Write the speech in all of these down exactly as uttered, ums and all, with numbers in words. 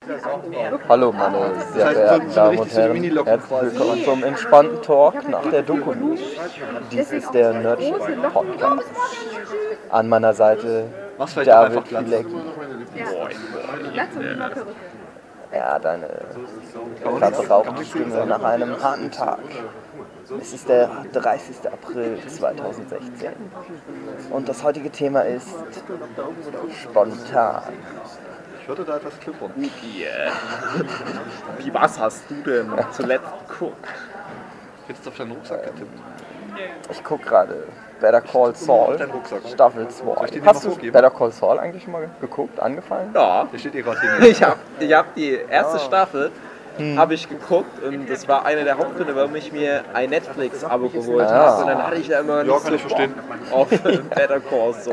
Hallo meine sehr verehrten Damen und Herren, herzlich willkommen zum entspannten Talk nach der Doku. Dies ist der Nerdship Podcast. An meiner Seite David Pilecki. Ja, deine verbrauchte Stimme nach einem harten Tag. Es ist der dreißigster April zweitausendsechzehn und das heutige Thema ist spontan. Ich würde da etwas klippern. Yeah. Wie was hast du denn zuletzt geguckt? Jetzt auf deinen Rucksack getippt. Ich gucke gerade Better Call Saul, Staffel zwei. Hast Hast du Better Call Saul eigentlich schon mal geguckt, angefallen? Ja. Der steht hier gerade hier. Ich habe ich hab die erste Staffel hm. habe ich geguckt und das war einer der Hauptgründe, warum ich mir ein Netflix-Abo geholt ah. habe. Und dann hatte ich ja immer ja, kann ich verstehen. auf Better Call Saul.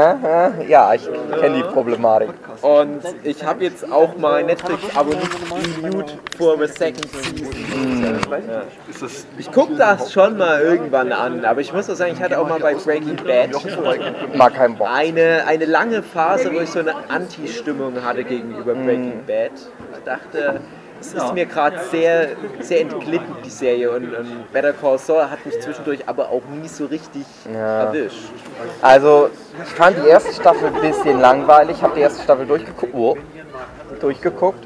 Äh, ja, ich kenne die Problematik. Und ich habe jetzt auch mein Netflix-Abo nicht renewed for the second season. Hm. Ja. Ich gucke das schon mal irgendwann an, aber ich muss auch sagen, ich hatte auch mal bei Breaking Bad Mag keinen Bock. eine, eine lange Phase, wo ich so eine Anti-Stimmung hatte gegenüber Breaking Bad. Ich dachte, es ist mir gerade sehr, sehr entglitten, die Serie, und, und Better Call Saul hat mich zwischendurch aber auch nie so richtig ja. erwischt. Also, ich fand die erste Staffel ein bisschen langweilig, ich habe die erste Staffel durchgeguckt, oh, durchgeguckt.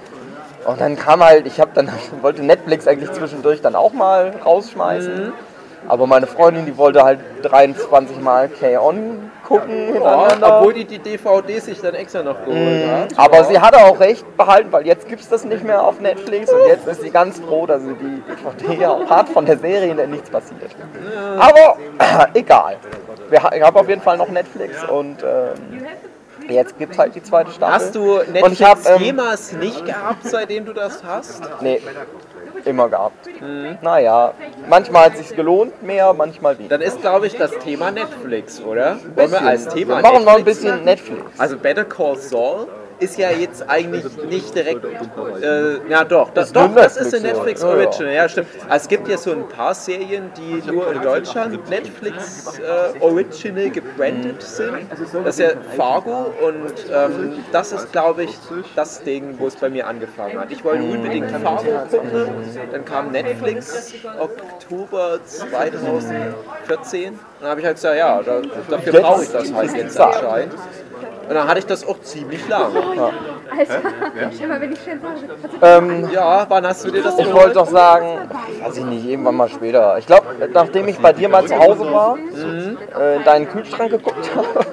Und dann kam halt, ich habe dann wollte Netflix eigentlich zwischendurch dann auch mal rausschmeißen. Mhm. Aber meine Freundin, die wollte halt dreiundzwanzig Mal K-On! Gucken hintereinander. Ja, obwohl die die D V D sich dann extra noch geholt mm, hat. Aber ja. sie hatte auch recht behalten, weil jetzt gibt es das nicht mehr auf Netflix und jetzt ist sie ganz froh, dass sie die D V D auch hat von der Serie, in der nichts passiert. Ja. Aber äh, egal. Wir, ich habe auf jeden Fall noch Netflix und ähm, jetzt gibt es halt die zweite Staffel. Hast du Netflix und ich hab, ähm, jemals nicht gehabt, seitdem du das hast? Nee. Immer gehabt. Mhm. Naja, manchmal hat es sich gelohnt mehr, manchmal weniger. Dann ist, glaube ich, das Thema Netflix, oder? Wollen wir als Thema wir machen Netflix noch ein bisschen machen? Netflix. Also Better Call Saul ist ja jetzt eigentlich nicht direkt, äh, ja doch, das, das, doch, das ist eine Netflix Netflix Original, ja stimmt. Also es gibt ja so ein paar Serien, die nur in Deutschland Netflix äh, Original gebrandet sind. Das ist ja Fargo und ähm, das ist, glaube ich, das Ding, wo es bei mir angefangen hat. Ich wollte unbedingt Fargo gucken, dann kam Netflix Oktober zweitausendvierzehn und dann habe ich halt gesagt, ja, da, dafür brauche ich das halt jetzt anscheinend. Und dann hatte ich das auch ziemlich lange. Ja. Alter, ja? Immer wenn ich schön sage. Ähm, ja, wann hast du dir das Ich geholt? wollte doch sagen, weiß ich nicht, irgendwann mal später. Ich glaube, nachdem ich bei dir mal zu Hause war, mhm. äh, in deinen Kühlschrank geguckt habe,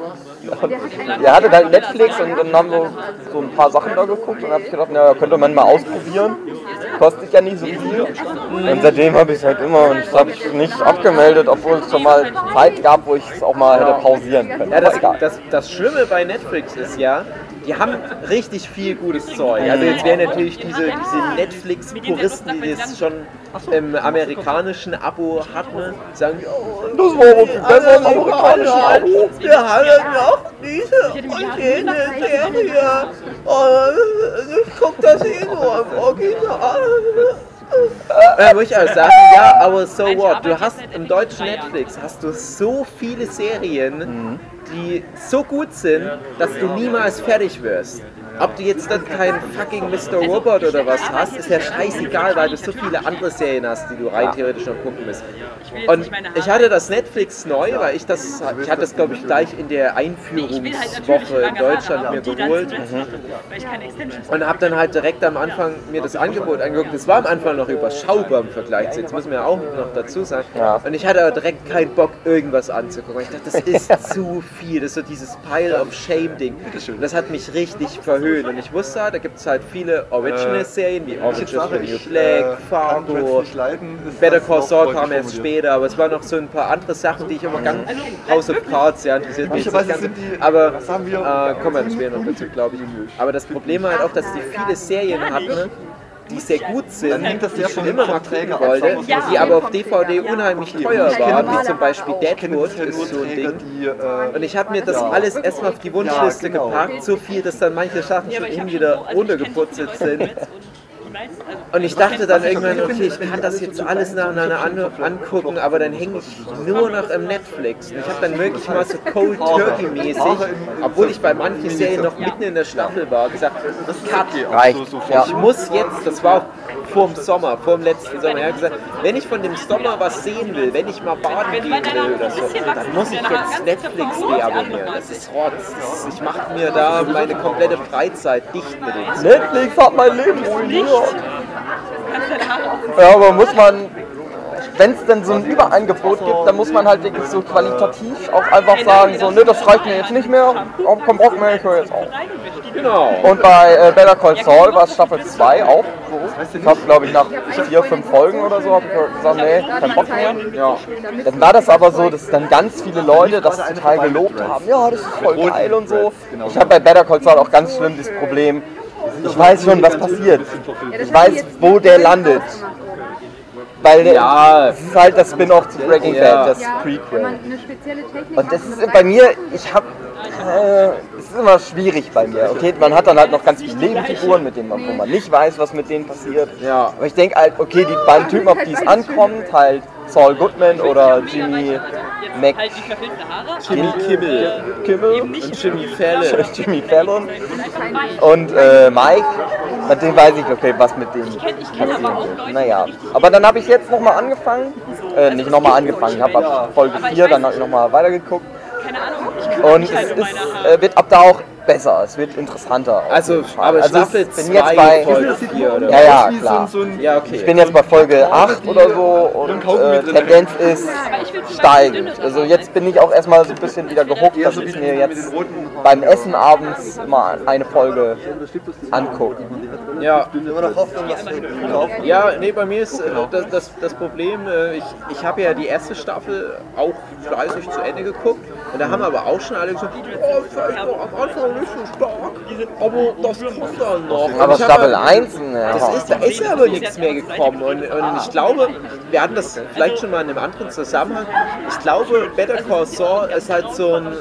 ihr hattet halt Netflix und dann haben wir so ein paar Sachen da geguckt und dann habe ich gedacht, na, könnte man mal ausprobieren. Kostet ja nicht so viel. Und seitdem habe ich es halt immer und das habe ich nicht abgemeldet, obwohl es schon mal Zeit gab, wo ich es auch mal hätte pausieren können. Ja, das, das, das Schlimme bei Netflix ist ja, die haben richtig viel gutes Zeug. Also jetzt wären natürlich diese, diese Netflix-Puristen, die das schon im amerikanischen Abo hatten, sagen, oh, das war aber viel besser im amerikanischen Abo. Wir haben noch diese und jene Serie. Und ich guck das eh nur im Original. Da muss ich auch sagen, ja, aber so what? Du hast im deutschen Netflix hast du so viele Serien, die so gut sind, dass du niemals fertig wirst. Ob du jetzt dann kein fucking Mister Robot oder was hast, ist ja scheißegal, weil du so viele andere Serien hast, die du rein theoretisch noch gucken musst. Und ich hatte das Netflix neu, weil ich das, ich hatte das glaube ich gleich in der Einführungswoche in Deutschland mir geholt und habe dann halt direkt am Anfang mir das Angebot angeguckt. Das war am Anfang noch überschaubar im Vergleich zu jetzt, müssen wir ja auch noch dazu sagen. Und ich hatte aber direkt keinen Bock, irgendwas anzugucken. Ich dachte, das ist zu viel, das ist so dieses Pile of Shame Ding. Und das hat mich richtig verhöhnt. Und ich wusste, da gibt es halt viele Original-Serien wie Orange is the New Black, Fargo, Better Call Saul kam erst später, aber es waren noch so ein paar andere Sachen, die ich immer ganz House of Cards, ja, interessiert mich das Ganze. Aber äh, kommen wir später noch dazu, glaube ich. Aber das Problem war halt auch, dass die viele Serien hatten, die sehr gut sind, die ich schon immer mal kriegen wollte, die aber auf D V D unheimlich teuer waren, wie zum Beispiel Deadwood ist so ein Ding. Und ich habe mir das alles erstmal auf die Wunschliste gepackt, so viel, dass dann manche Sachen schon eben wieder runtergeputzelt sind. Und ich dachte dann irgendwann, okay, ich kann das jetzt alles nacheinander an, angucken, aber dann hänge ich nur noch im Netflix. Und ich habe dann wirklich mal so Cold Turkey mäßig, obwohl ich bei manchen Serien noch mitten in der Staffel war, gesagt, Cut, reicht. Ja. ich muss jetzt, das war auch vor dem Sommer, vor dem letzten Sommer, er hat gesagt, wenn ich von dem Sommer was sehen will, wenn ich mal baden gehen will oder so, dann muss ich jetzt Netflix deabonnieren. Das ist Rotz. Das ist, ich mache mir da meine komplette Freizeit dicht mit dem. Netflix hat mein Leben ruiniert. Ja, aber muss man, wenn es denn so ein Überangebot gibt, dann muss man halt wirklich so qualitativ auch einfach sagen, so, ne, das reicht mir jetzt nicht mehr, oh, komm, Bock mehr, ich höre jetzt auf. Genau. Und bei äh, Better Call Saul war es Staffel zwei auch so. Ich habe, glaube ich, nach vier, fünf Folgen oder so hab ich gesagt, nee, kein Bock mehr. Ja. Dann war das aber so, dass dann ganz viele Leute das total gelobt haben. Ja, das ist voll geil und so. Ich habe bei Better Call Saul auch ganz schlimm das Problem, ich weiß schon, was passiert. Ich weiß, wo der landet. Weil ja, es ist halt das Spin-off zu Breaking Bad, das Prequel. Und das ist bei mir, ich habe, äh, es ist immer schwierig bei mir. Okay, man hat dann halt noch ganz viele Nebenfiguren, mit denen man, wo man nicht weiß, was mit denen passiert. Ja. Aber ich denke halt, okay, die beiden Typen, auf die es ankommt, halt Saul Goodman oder Jimmy Mac... Jimmy Kimmel. Kimmel und Jimmy Fallon. Jimmy Fallon. Und äh, Mike, bei dem weiß ich, okay, was mit denen passieren wird. Naja, aber dann habe ich jetzt nochmal angefangen, äh, nicht nochmal angefangen, ich habe ab Folge vier dann nochmal weitergeguckt. Und es ist, äh, wird ab da auch besser, es wird interessanter. Also, aber also Staffel ich bin jetzt bei Folge vier, oder? Ja, ja, klar. Ja, okay. Ich bin jetzt bei Folge acht oder so und äh, Tendenz ist steigend. Also jetzt bin ich auch erstmal so ein bisschen wieder gehuckt, dass ich mir jetzt beim Essen abends mal eine Folge angucke. Ja. Ja, nee, bei mir ist äh, das, das, das Problem, äh, ich, ich habe ja die erste Staffel auch fleißig zu Ende geguckt und da haben aber auch schon alle gesagt, oh, vielleicht noch am Anfang nicht so stark, aber das kommt dann noch. Aber ich Staffel habe, eins, ja. Das ist, da ist ja aber nichts mehr gekommen und, und ich glaube, wir hatten das vielleicht schon mal in einem anderen Zusammenhang, ich glaube, Better Call Saul ist halt so ein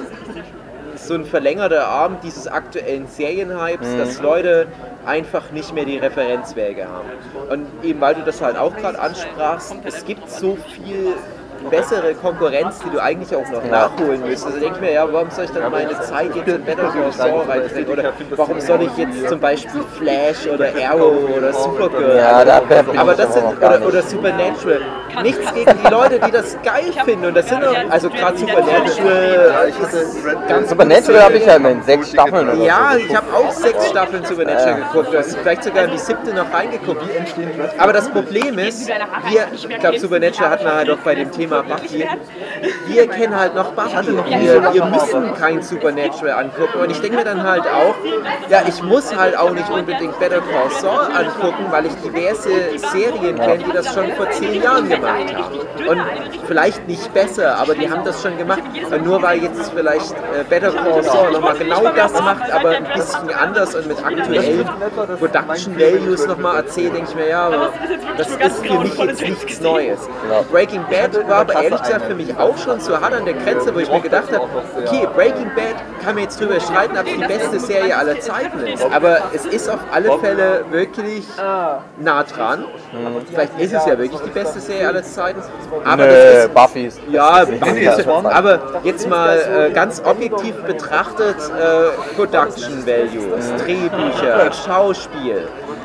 so ein verlängerter Arm dieses aktuellen Serienhypes, mhm. dass Leute einfach nicht mehr die Referenzwege haben. Und eben weil du das halt auch gerade ansprachst, es gibt so viel bessere Konkurrenz, die du eigentlich auch noch nachholen müsstest. Also denke ich mir, ja, warum soll ich dann meine Zeit jetzt in Better Call Saul reinfinden? Oder warum soll ich jetzt zum Beispiel Flash oder Arrow oder Supergirl? Ja, da aber das sind, oder, oder Supernatural. Nichts gegen die Leute, die das geil finden. Und das sind auch, also gerade Supernatural. Ganz Supernatural habe ich ja immerhin sechs Staffeln oder Ja, so. ich habe auch sechs Staffeln Supernatural geguckt. Du hast vielleicht sogar in die siebte noch reingeguckt. Aber das Problem ist, wir, ich glaube, Supernatural hatten wir halt auch bei dem Thema Buffy. Wir kennen halt noch Buffy. Wir, wir müssen kein Supernatural angucken. Und ich denke mir dann halt auch, ja, ich muss halt auch nicht unbedingt Better Call Saul angucken, weil ich diverse Serien kenne, die das schon vor zehn Jahren gemacht haben. Und vielleicht nicht besser, aber die haben das schon gemacht. Und nur weil jetzt vielleicht äh, Better Call Saul nochmal genau das macht, aber ein bisschen anders und mit aktuellen Production Values nochmal erzählt, denke ich mir, ja, aber das ist für mich jetzt nichts Neues. Breaking Bad war aber ehrlich gesagt für mich auch schon so hart an der Grenze, wo ich mir gedacht habe, okay, Breaking Bad kann mir jetzt drüber streiten, ob es die beste Serie aller Zeiten ist. Aber es ist auf alle Fälle wirklich nah dran. Vielleicht ist es ja wirklich die beste Serie aller Zeiten. Aber Nö, das ist, Buffy ist. ja, Buffy ist, aber jetzt mal äh, ganz objektiv betrachtet, äh, Production Values, Drehbücher, Schauspiel,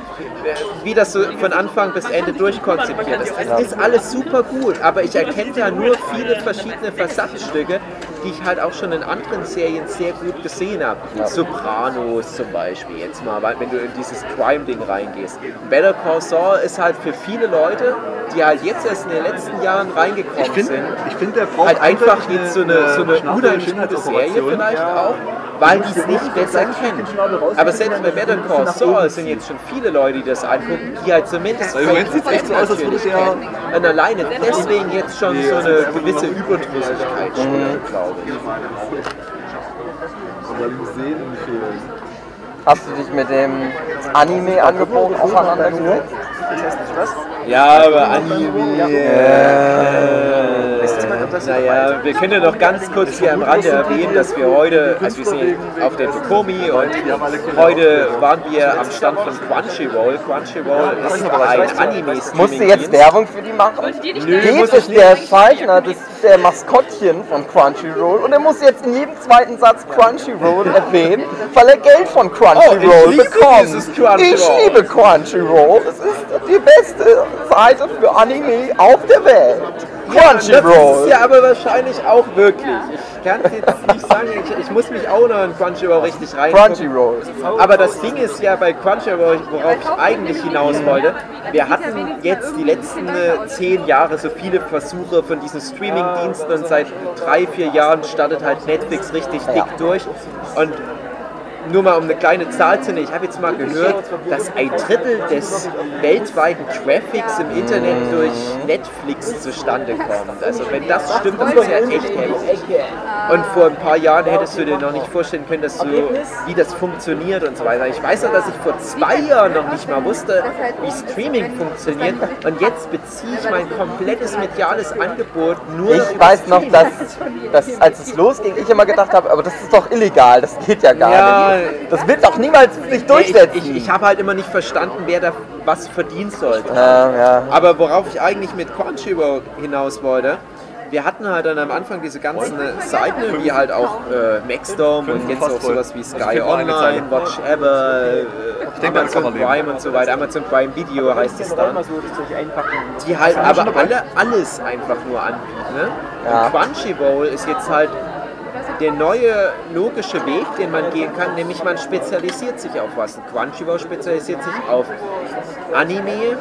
wie das so von Anfang bis Ende durchkonzipiert ist. Es ist alles super gut, aber ich erkenne da nur viele verschiedene Versatzstücke, die ich halt auch schon in anderen Serien sehr gut gesehen habe. Ja. Sopranos zum Beispiel, jetzt mal, wenn du in dieses Crime-Ding reingehst. Better Call Saul ist halt für viele Leute, die halt jetzt erst in den letzten Jahren reingekommen ich find, sind, ich find, der braucht halt einfach jetzt so eine, so eine eine unheimlich gute Serie vielleicht auch, weil die es nicht besser kennen. Aber selbst bei Better Call Saul sind jetzt schon viele Leute, die das angucken, die halt zumindest im Moment sieht es echt so aus, als würde der und alleine deswegen jetzt schon so eine gewisse Überdrüssigkeit spüren, glaube ich. Hast du dich mit dem Anime-Angebot auseinandergesetzt? Ja, aber Anime. Äh, Naja, wir können ja noch ganz kurz hier am Rande erwähnen, dass wir heute, also wir sind auf der Tokomi und heute waren wir am Stand von Crunchyroll. Crunchyroll ist ein Anime-Streaming. Musst du jetzt Werbung für die machen? Nö, Geht muss ist ich der nicht. Zeichner, das ist der Maskottchen von Crunchyroll und er muss jetzt in jedem zweiten Satz Crunchyroll erwähnen, weil er Geld von Crunchyroll Oh, ich liebe bekommt. dieses Crunchyroll. Ich liebe Crunchyroll. Es ist die beste Seite für Anime auf der Welt. Das Crunchyroll. ist ja aber wahrscheinlich auch wirklich. Ich kann es jetzt nicht sagen, ich, ich muss mich auch noch in Crunchyroll richtig rein. Crunchyroll. Aber das Ding ist ja bei Crunchyroll, worauf ich eigentlich hinaus wollte, wir hatten jetzt die letzten äh, zehn Jahre so viele Versuche von diesen Streaming-Diensten und seit drei, vier Jahren startet halt Netflix richtig dick durch. Und nur mal um eine kleine Zahl zu nennen, ich habe jetzt mal gehört, dass ein Drittel des weltweiten Traffics im Internet durch Netflix zustande kommt. Also wenn das stimmt, das ist ja echt heftig. Und vor ein paar Jahren hättest du dir noch nicht vorstellen können, dass so, wie das funktioniert und so weiter. Ich weiß noch, dass ich vor zwei Jahren noch nicht mal wusste, wie Streaming funktioniert. Und jetzt beziehe ich mein komplettes mediales Angebot nur Ich über weiß noch, Streaming. dass, dass als es losging, ich immer gedacht habe, aber das ist doch illegal, das geht ja gar Ja, nicht. Das wird doch niemals sich durchsetzen. Ich, ich, ich habe halt immer nicht verstanden, wer da was verdienen sollte. Ja, ja. Aber worauf ich eigentlich mit Crunchyroll hinaus wollte, wir hatten halt dann am Anfang diese ganzen Seiten, wie halt auch äh, Maxdome und jetzt auch sowas wie Sky Online, Watch Ever, äh, Amazon Prime und so weiter, Amazon Prime Video heißt es dann, die halt aber alle alles einfach nur anbieten. Ne? Ja. Und Crunchyroll ist jetzt halt der neue logische Weg, den man gehen kann, nämlich man spezialisiert sich auf was. Und Crunchyroll spezialisiert sich auf Anime,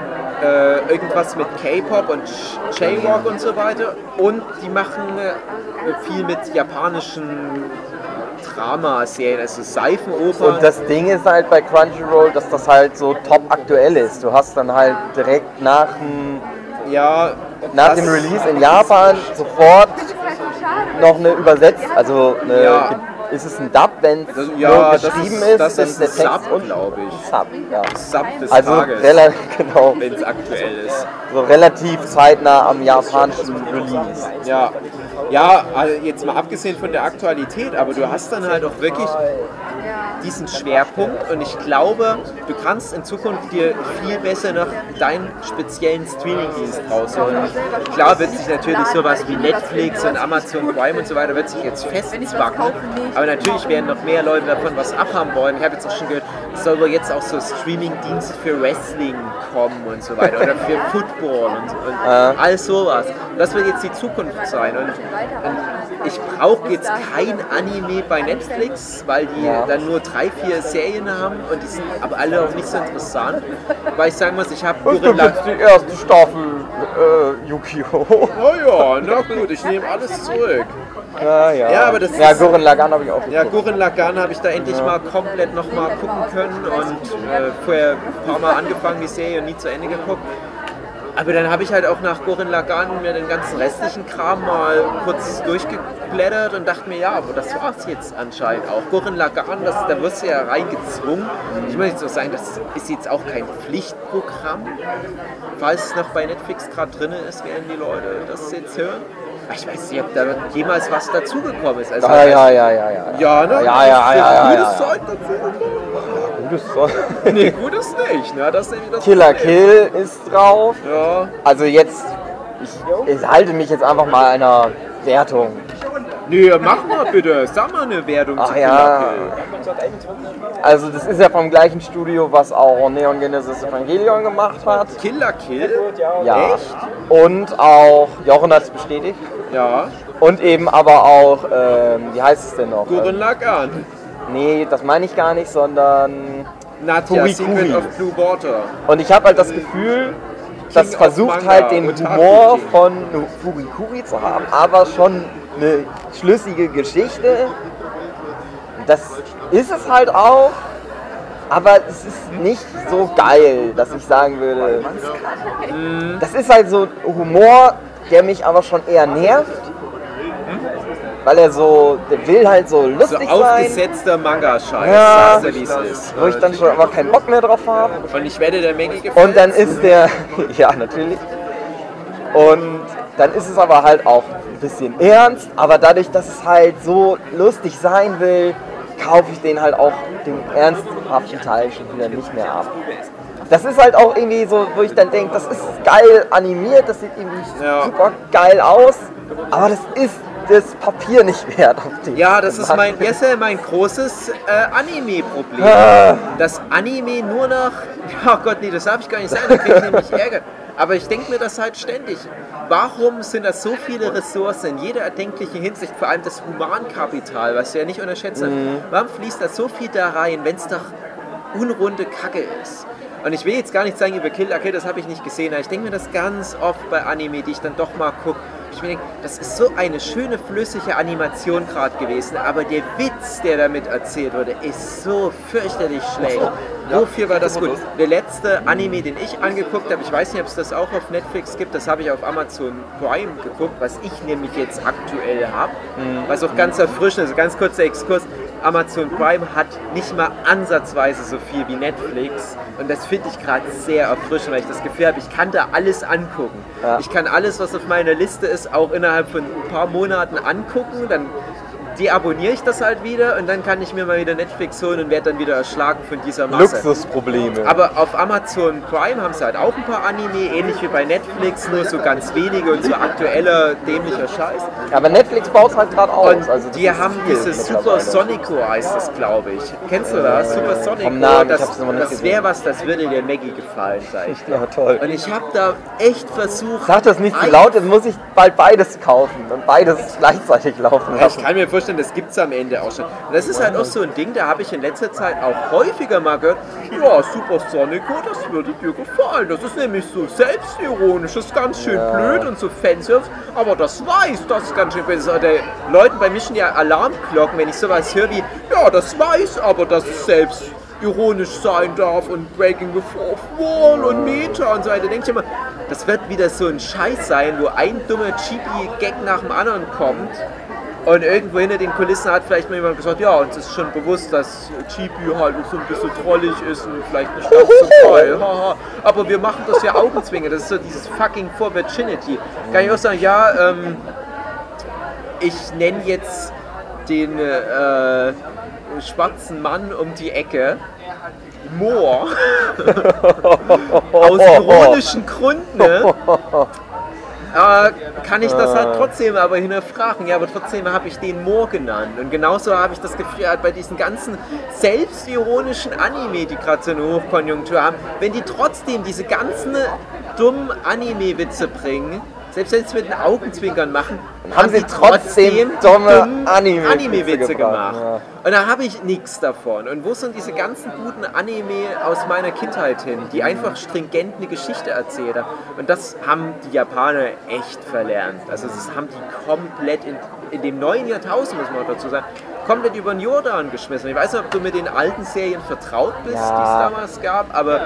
äh, irgendwas mit K-Pop und J-Rock und so weiter. Und die machen äh, viel mit japanischen Dramaserien, also Seifenopern. Und das Ding ist halt bei Crunchyroll, dass das halt so top aktuell ist. Du hast dann halt direkt nach dem, ja, nach das- dem Release in Japan sofort noch eine Übersetzung, also eine, Ja. ist es ein Dub, wenn es Das- nur ja, das geschrieben ist- ist, das wenn ist der ein Text Sub, und glaube ich. Sub, ja. Sub des Also Tages, relativ, genau, wenn es aktuell ist. so relativ zeitnah am japanischen Release. Ja, ja, also jetzt mal abgesehen von der Aktualität, aber du hast dann halt auch wirklich diesen Schwerpunkt und ich glaube, du kannst in Zukunft dir viel besser nach deinen speziellen Streaming-Dienst rausholen. Klar wird sich natürlich sowas wie Netflix und Amazon Prime und so weiter wird sich jetzt festzwacken, aber natürlich werden noch mehr Leute davon was abhaben wollen. Ich habe jetzt auch schon gehört, es soll wohl jetzt auch so Streaming-Dienste für Wrestling kommen und so weiter oder für Football und, und Ja. all sowas. Das wird jetzt die Zukunft sein und, und ich brauche jetzt kein Anime bei Netflix, weil die Ja. dann nur drei, vier Serien haben und die sind aber alle auch nicht so interessant. Weil ich sagen muss, ich habe Es gibt Gurren jetzt die erste Staffel äh, Yu-Gi-Oh! Oh ja, na gut, ich nehme alles zurück. Ja, ja. Ja, aber das ja, ist- Gurren Lagann habe ich auch Ja, geguckt. Gurren Lagann habe ich da endlich mal komplett noch mal gucken können und äh, vorher ein paar Mal angefangen die Serie und nie zu Ende geguckt. Aber dann habe ich halt auch nach Gurren Lagann mir den ganzen restlichen Kram mal kurz durchgeblättert und dachte mir, ja, aber das war es jetzt anscheinend auch. Gurren Lagann, das, da wirst du ja reingezwungen. Ich muss jetzt auch sagen, das ist jetzt auch kein Pflichtprogramm, falls es noch bei Netflix gerade drin ist, werden die Leute das jetzt hören. Aber ich weiß nicht, ob da jemals was dazugekommen ist. Also, Ja, ja, ja, ja, ja. Ja, ne? Ja, ja, ja, ja, ja. Gutes Zeug dazu. Gutes Zeug. Nee, gutes nicht, ne? Das ist nämlich das Killer Problem. Kill ist drauf. Ja. Also jetzt, ich, ich halte mich jetzt einfach mal einer Wertung. Nee, mach mal bitte. Sag mal eine Wertung Ach zu ja. Killer Also das ist ja vom gleichen Studio, was auch Neon Genesis Evangelion gemacht hat. Kill. Killer Kill? Ja. Echt? Und auch, Jochen hat es bestätigt. Ja. Und eben aber auch, ähm, wie heißt es denn noch? Gurren Lagann. Nee, das meine ich gar nicht, sondern... Nadja, Furikuri. Secret of Blue Water. Und ich habe halt das Gefühl, das King of versucht Manga, halt den Otaku Humor King. von Furikuri zu haben, aber schon eine schlüssige Geschichte. Das ist es halt auch, aber es ist nicht so geil, dass ich sagen würde. Das ist halt so Humor, der mich aber schon eher nervt, weil er so, der will halt so So lustig sein, aufgesetzter Manga-Scheiß, Ja. sagst du, wie es ist. wo ich dann schon aber keinen Bock mehr drauf habe. Und ich werde der Menge gefällt. Und dann ist der, ja natürlich, und dann ist es aber halt auch ein bisschen ernst, aber dadurch, dass es halt so lustig sein will, kaufe ich den halt auch den ernsthaften Teil schon wieder nicht mehr ab. Das ist halt auch irgendwie so, wo ich dann denke, das ist geil animiert, das sieht irgendwie Ja. super geil aus, aber das ist das Papier nicht wert auf dem. Ja, das ist mein, jetzt ja mein großes äh, Anime-Problem. Ah. Das Anime nur noch, oh Gott, nee, das darf ich gar nicht sagen, da kriege ich nämlich Ärger. Aber ich denke mir das halt ständig. Warum sind das so viele Ressourcen in jeder erdenklichen Hinsicht, vor allem das Humankapital, was du ja nicht unterschätzt hast, Mhm. warum fließt da so viel da rein, wenn es doch unrunde Kacke ist? Und ich will jetzt gar nicht sagen über Kill la Kill, das habe ich nicht gesehen, aber ich denke mir das ganz oft bei Anime, die ich dann doch mal gucke. Ich mir denke, das ist so eine schöne, flüssige Animation gerade gewesen, aber der Witz, der damit erzählt wurde, ist so fürchterlich schlecht. Wofür war das gut? Der letzte Anime, den ich angeguckt habe, ich weiß nicht, ob es das auch auf Netflix gibt, das habe ich auf Amazon Prime geguckt, was ich nämlich jetzt aktuell habe, was auch ganz erfrischend ist, ganz kurzer Exkurs. Amazon Prime hat nicht mal ansatzweise so viel wie Netflix und das finde ich gerade sehr erfrischend, weil ich das Gefühl habe, ich kann da alles angucken. Ja. Ich kann alles, was auf meiner Liste ist, auch innerhalb von ein paar Monaten angucken, dann deabonniere ich das halt wieder und dann kann ich mir mal wieder Netflix holen und werde dann wieder erschlagen von dieser Masse. Luxusprobleme. Aber auf Amazon Prime haben sie halt auch ein paar Anime, ähnlich wie bei Netflix, nur so ganz wenige und so aktueller, dämlicher Scheiß. Aber Netflix baut es halt gerade aus. Und Also das die ist haben viel dieses Super mittlerweile. Sonico heißt das, glaube ich. Kennst du das? Super Sonico. vom Namen, ich das hab's noch nicht das gesehen. wäre was, das würde der Maggie gefallen, sag ich dir. Ja, toll. Und ich habe da echt versucht... Sag das nicht zu ein- laut, jetzt muss ich bald beides kaufen und beides gleichzeitig laufen Ja, lassen. ich kann mir vorstellen, das gibt es am Ende auch schon. Und das ist halt auch so ein Ding, da habe ich in letzter Zeit auch häufiger mal gehört, ja, Super Sonico, das würde dir gefallen. Das ist nämlich so selbstironisch, das ist ganz schön Ja. blöd und so Fanservice, aber das weiß, das ist ganz schön besser. Der Leuten bei mir schon ja Alarmglocken, wenn ich sowas höre wie, ja, das weiß, aber dass es selbst ironisch sein darf und Breaking the Fourth Wall und Meta und so weiter. Denke ich immer, das wird wieder so ein Scheiß sein, wo ein dummer Chibi-Gag nach dem anderen kommt. Und irgendwo hinter den Kulissen hat vielleicht mal jemand gesagt, ja, uns ist schon bewusst, dass Chibi halt so ein bisschen trollig ist und vielleicht nicht ganz so geil, haha. Aber wir machen das ja Augenzwinker, das ist so dieses fucking For Virginity. Kann ich auch sagen, ja, ähm, ich nenne jetzt den äh, schwarzen Mann um die Ecke Moor. Aus ironischen Gründen, ne? äh, kann ich das halt trotzdem aber hinterfragen. Ja, aber trotzdem habe ich den Moor genannt. Und genauso habe ich das Gefühl, halt bei diesen ganzen selbstironischen Anime, die gerade so eine Hochkonjunktur haben, wenn die trotzdem diese ganzen dummen Anime-Witze bringen, selbst wenn sie mit den Augenzwinkern machen, haben sie trotzdem dumme Anime-Witze Anime-Witze gebracht, gemacht. ja. Und da habe ich nichts davon. Und wo sind diese ganzen guten Anime aus meiner Kindheit hin, die einfach stringent eine Geschichte erzählt haben? Und das haben die Japaner echt verlernt. Also das haben die komplett in, in dem neuen Jahrtausend, muss man auch dazu sagen, komplett über den Jordan geschmissen. Ich weiß nicht, ob du mit den alten Serien vertraut bist, Ja. die es damals gab, aber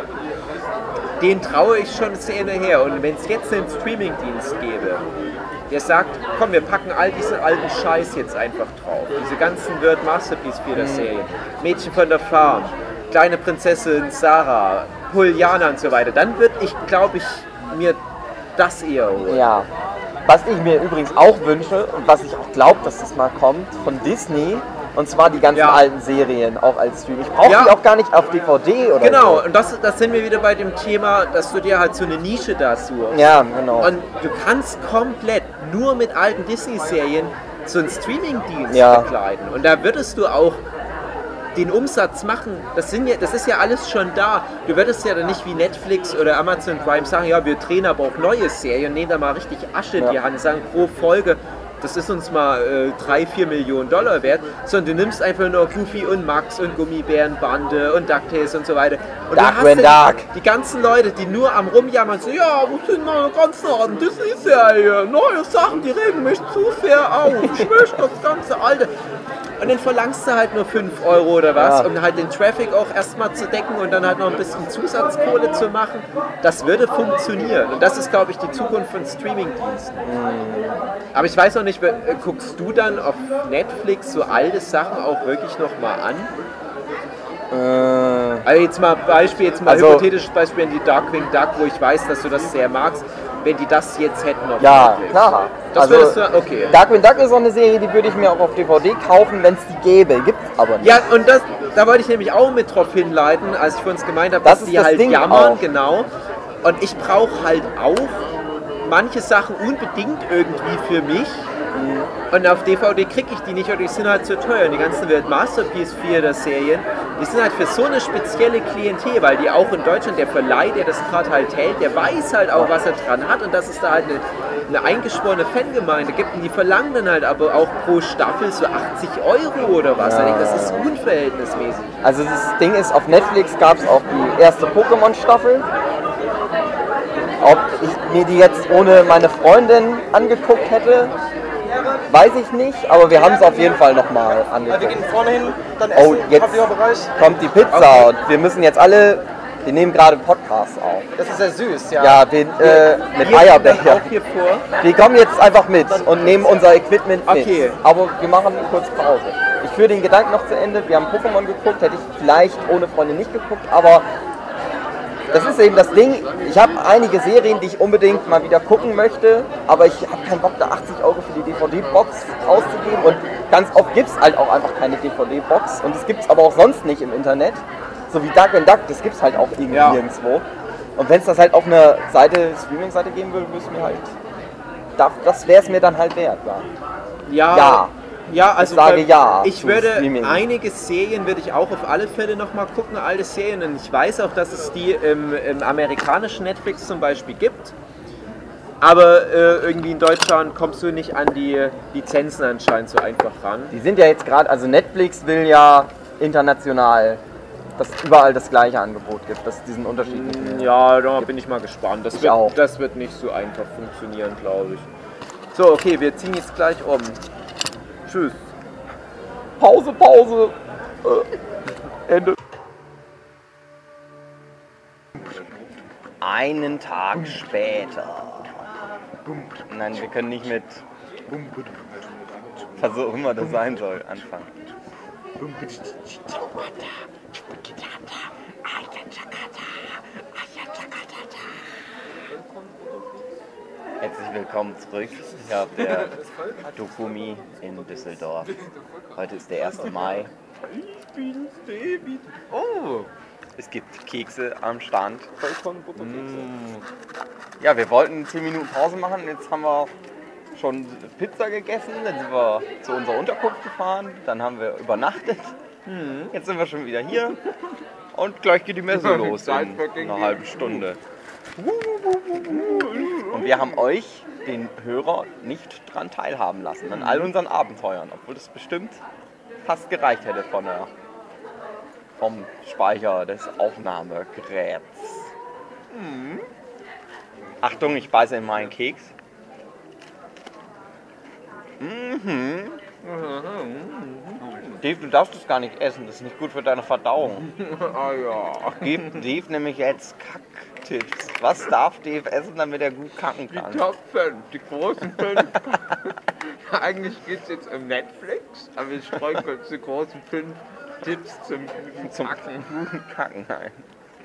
den traue ich schon sehr hinterher. Und wenn es jetzt einen Streamingdienst gäbe, der sagt, komm, wir packen all diesen alten Scheiß jetzt einfach drauf. Diese ganzen World Masterpiece Theater Serien, Mädchen von der Farm, kleine Prinzessin Sarah, Juliana und so weiter, dann würde ich, glaube ich, mir das eher holen. Ja. Was ich mir übrigens auch wünsche und was ich auch glaube, dass das mal kommt, von Disney, und zwar die ganzen Ja. alten Serien auch als Stream. Ich brauche Ja. die auch gar nicht auf D V D oder Genau, so. und das, das sind wir wieder bei dem Thema, dass du dir halt so eine Nische da suchst. Ja, genau. Und du kannst komplett nur mit alten Disney-Serien so einen Streaming-Dienst Ja. begleiten. Und da würdest du auch den Umsatz machen. Das, sind ja, das ist ja alles schon da. Du würdest ja dann nicht wie Netflix oder Amazon Prime sagen, ja, wir drehen aber auch neue Serien, nehmen da mal richtig Asche in die Ja. Hand, sagen pro Folge, das ist uns mal äh, drei, vier Millionen Dollar wert, sondern du nimmst einfach nur Goofy und Max und Gummibärenbande und DuckTales und so weiter. Und Dark du hast when dann dark. die ganzen Leute, die nur am Rumjammern so, ja, wo sind meine ganzen alten Disney-Serien? Neue Sachen, die regen mich zu sehr auf. Ich möchte das ganze Alte. Und dann verlangst du halt nur fünf Euro oder was, Ja. um halt den Traffic auch erstmal zu decken und dann halt noch ein bisschen Zusatzkohle zu machen. Das würde funktionieren. Und das ist, glaube ich, die Zukunft von Streamingdiensten. Aber ich weiß noch nicht, äh, guckst du dann auf Netflix so alte Sachen auch wirklich nochmal an? Äh, Also jetzt mal Beispiel, jetzt mal Also- hypothetisches Beispiel in die Darkwing Duck, wo ich weiß, dass du das sehr magst. wenn die das jetzt hätten auf Ja, Netflix. klar. Das Also, würdest du, okay. Darkwing Duck ist so eine Serie, die würde ich mir auch auf D V D kaufen, wenn es die gäbe. Gibt's aber nicht. Ja, und das, da wollte ich nämlich auch mit drauf hinleiten, als ich vorhin gemeint habe, Das dass ist die das halt Ding jammern, auch. genau. Und ich brauche halt auch manche Sachen unbedingt irgendwie für mich. Und auf D V D kriege ich die nicht oder die sind halt zu teuer. Und die ganzen Welt Masterpiece vier Serien, die sind halt für so eine spezielle Klientel, weil die auch in Deutschland, der Verleih, der das gerade halt hält, der weiß halt auch, was er dran hat und dass es da halt eine, eine eingeschworene Fangemeinde gibt. Und die verlangen dann halt aber auch pro Staffel so achtzig Euro oder was. Ja. Das ist unverhältnismäßig. Also das Ding ist, auf Netflix gab es auch die erste Pokémon-Staffel. Ob ich mir die jetzt ohne meine Freundin angeguckt hätte, weiß ich nicht, aber wir haben es auf jeden Fall nochmal angeguckt. vorne hin, dann Oh, jetzt kommt die Pizza und wir müssen jetzt alle, wir nehmen gerade Podcasts auf. Das ist ja süß, ja. Ja, den, äh, mit Wir sind dann Eierbecher. auch hier vor. Wir kommen jetzt einfach mit und nehmen unser Equipment mit. Okay. Aber wir machen kurz Pause. Ich führe den Gedanken noch zu Ende. Wir haben Pokémon geguckt, hätte ich vielleicht ohne Freunde nicht geguckt, aber das ist eben das Ding. Ich habe einige Serien, die ich unbedingt mal wieder gucken möchte, aber ich habe keinen Bock, da achtzig Euro für die D V D-Box auszugeben. Und ganz oft gibt es halt auch einfach keine D V D-Box. Und es gibt es aber auch sonst nicht im Internet. So wie Darkwing Duck, das gibt es halt auch irgendwie Ja. nirgendwo. Und wenn es das halt auf einer Seite, Streaming-Seite geben würde, würde es mir halt, das wäre es mir dann halt wert. Ja. Ja. Ja. Ja, also Ich sage bei- ja Ich zu würde Streaming. einige Serien würde ich auch auf alle Fälle nochmal gucken, alte Serien. Und ich weiß auch, dass es die im, im amerikanischen Netflix zum Beispiel gibt. Aber äh, irgendwie in Deutschland kommst du nicht an die Lizenzen anscheinend so einfach ran. Die sind ja jetzt gerade, also Netflix will ja international, dass es überall das gleiche Angebot gibt, dass es diesen Unterschied nicht mehr. Ja, da bin ich mal gespannt. Das Ich wird, auch. das wird nicht so einfach funktionieren, glaube ich. So, okay, wir ziehen jetzt gleich um. Tschüss. Pause, Pause. Äh, Ende. Einen Tag später. Nein, wir können nicht mit, was auch immer das sein soll, anfangen. Herzlich willkommen zurück hier auf der Dokumi in Düsseldorf. Heute ist der erste Mai. Oh, es gibt Kekse am Stand. Mm. Ja, wir wollten zehn Minuten Pause machen. Jetzt haben wir schon Pizza gegessen. Dann sind wir zu unserer Unterkunft gefahren. Dann haben wir übernachtet. Jetzt sind wir schon wieder hier. Und gleich geht die Messe los in einer halben Stunde. Und wir haben euch, den Hörer, nicht dran teilhaben lassen, an all unseren Abenteuern, obwohl das bestimmt fast gereicht hätte von der, vom Speicher des Aufnahmegeräts. Mhm. Achtung, ich beiße in meinen Keks. Mhm. Dave, du darfst das gar nicht essen, das ist nicht gut für deine Verdauung. Ah ja. Gib Dave nämlich jetzt Kacktipps. Was darf Dave essen, damit er gut kacken Die kann? Top fünf, die großen fünf. Eigentlich geht es jetzt um Netflix, aber ich streue kurz die großen fünf Tipps zum, Zum Kacken. guten Kacken ein.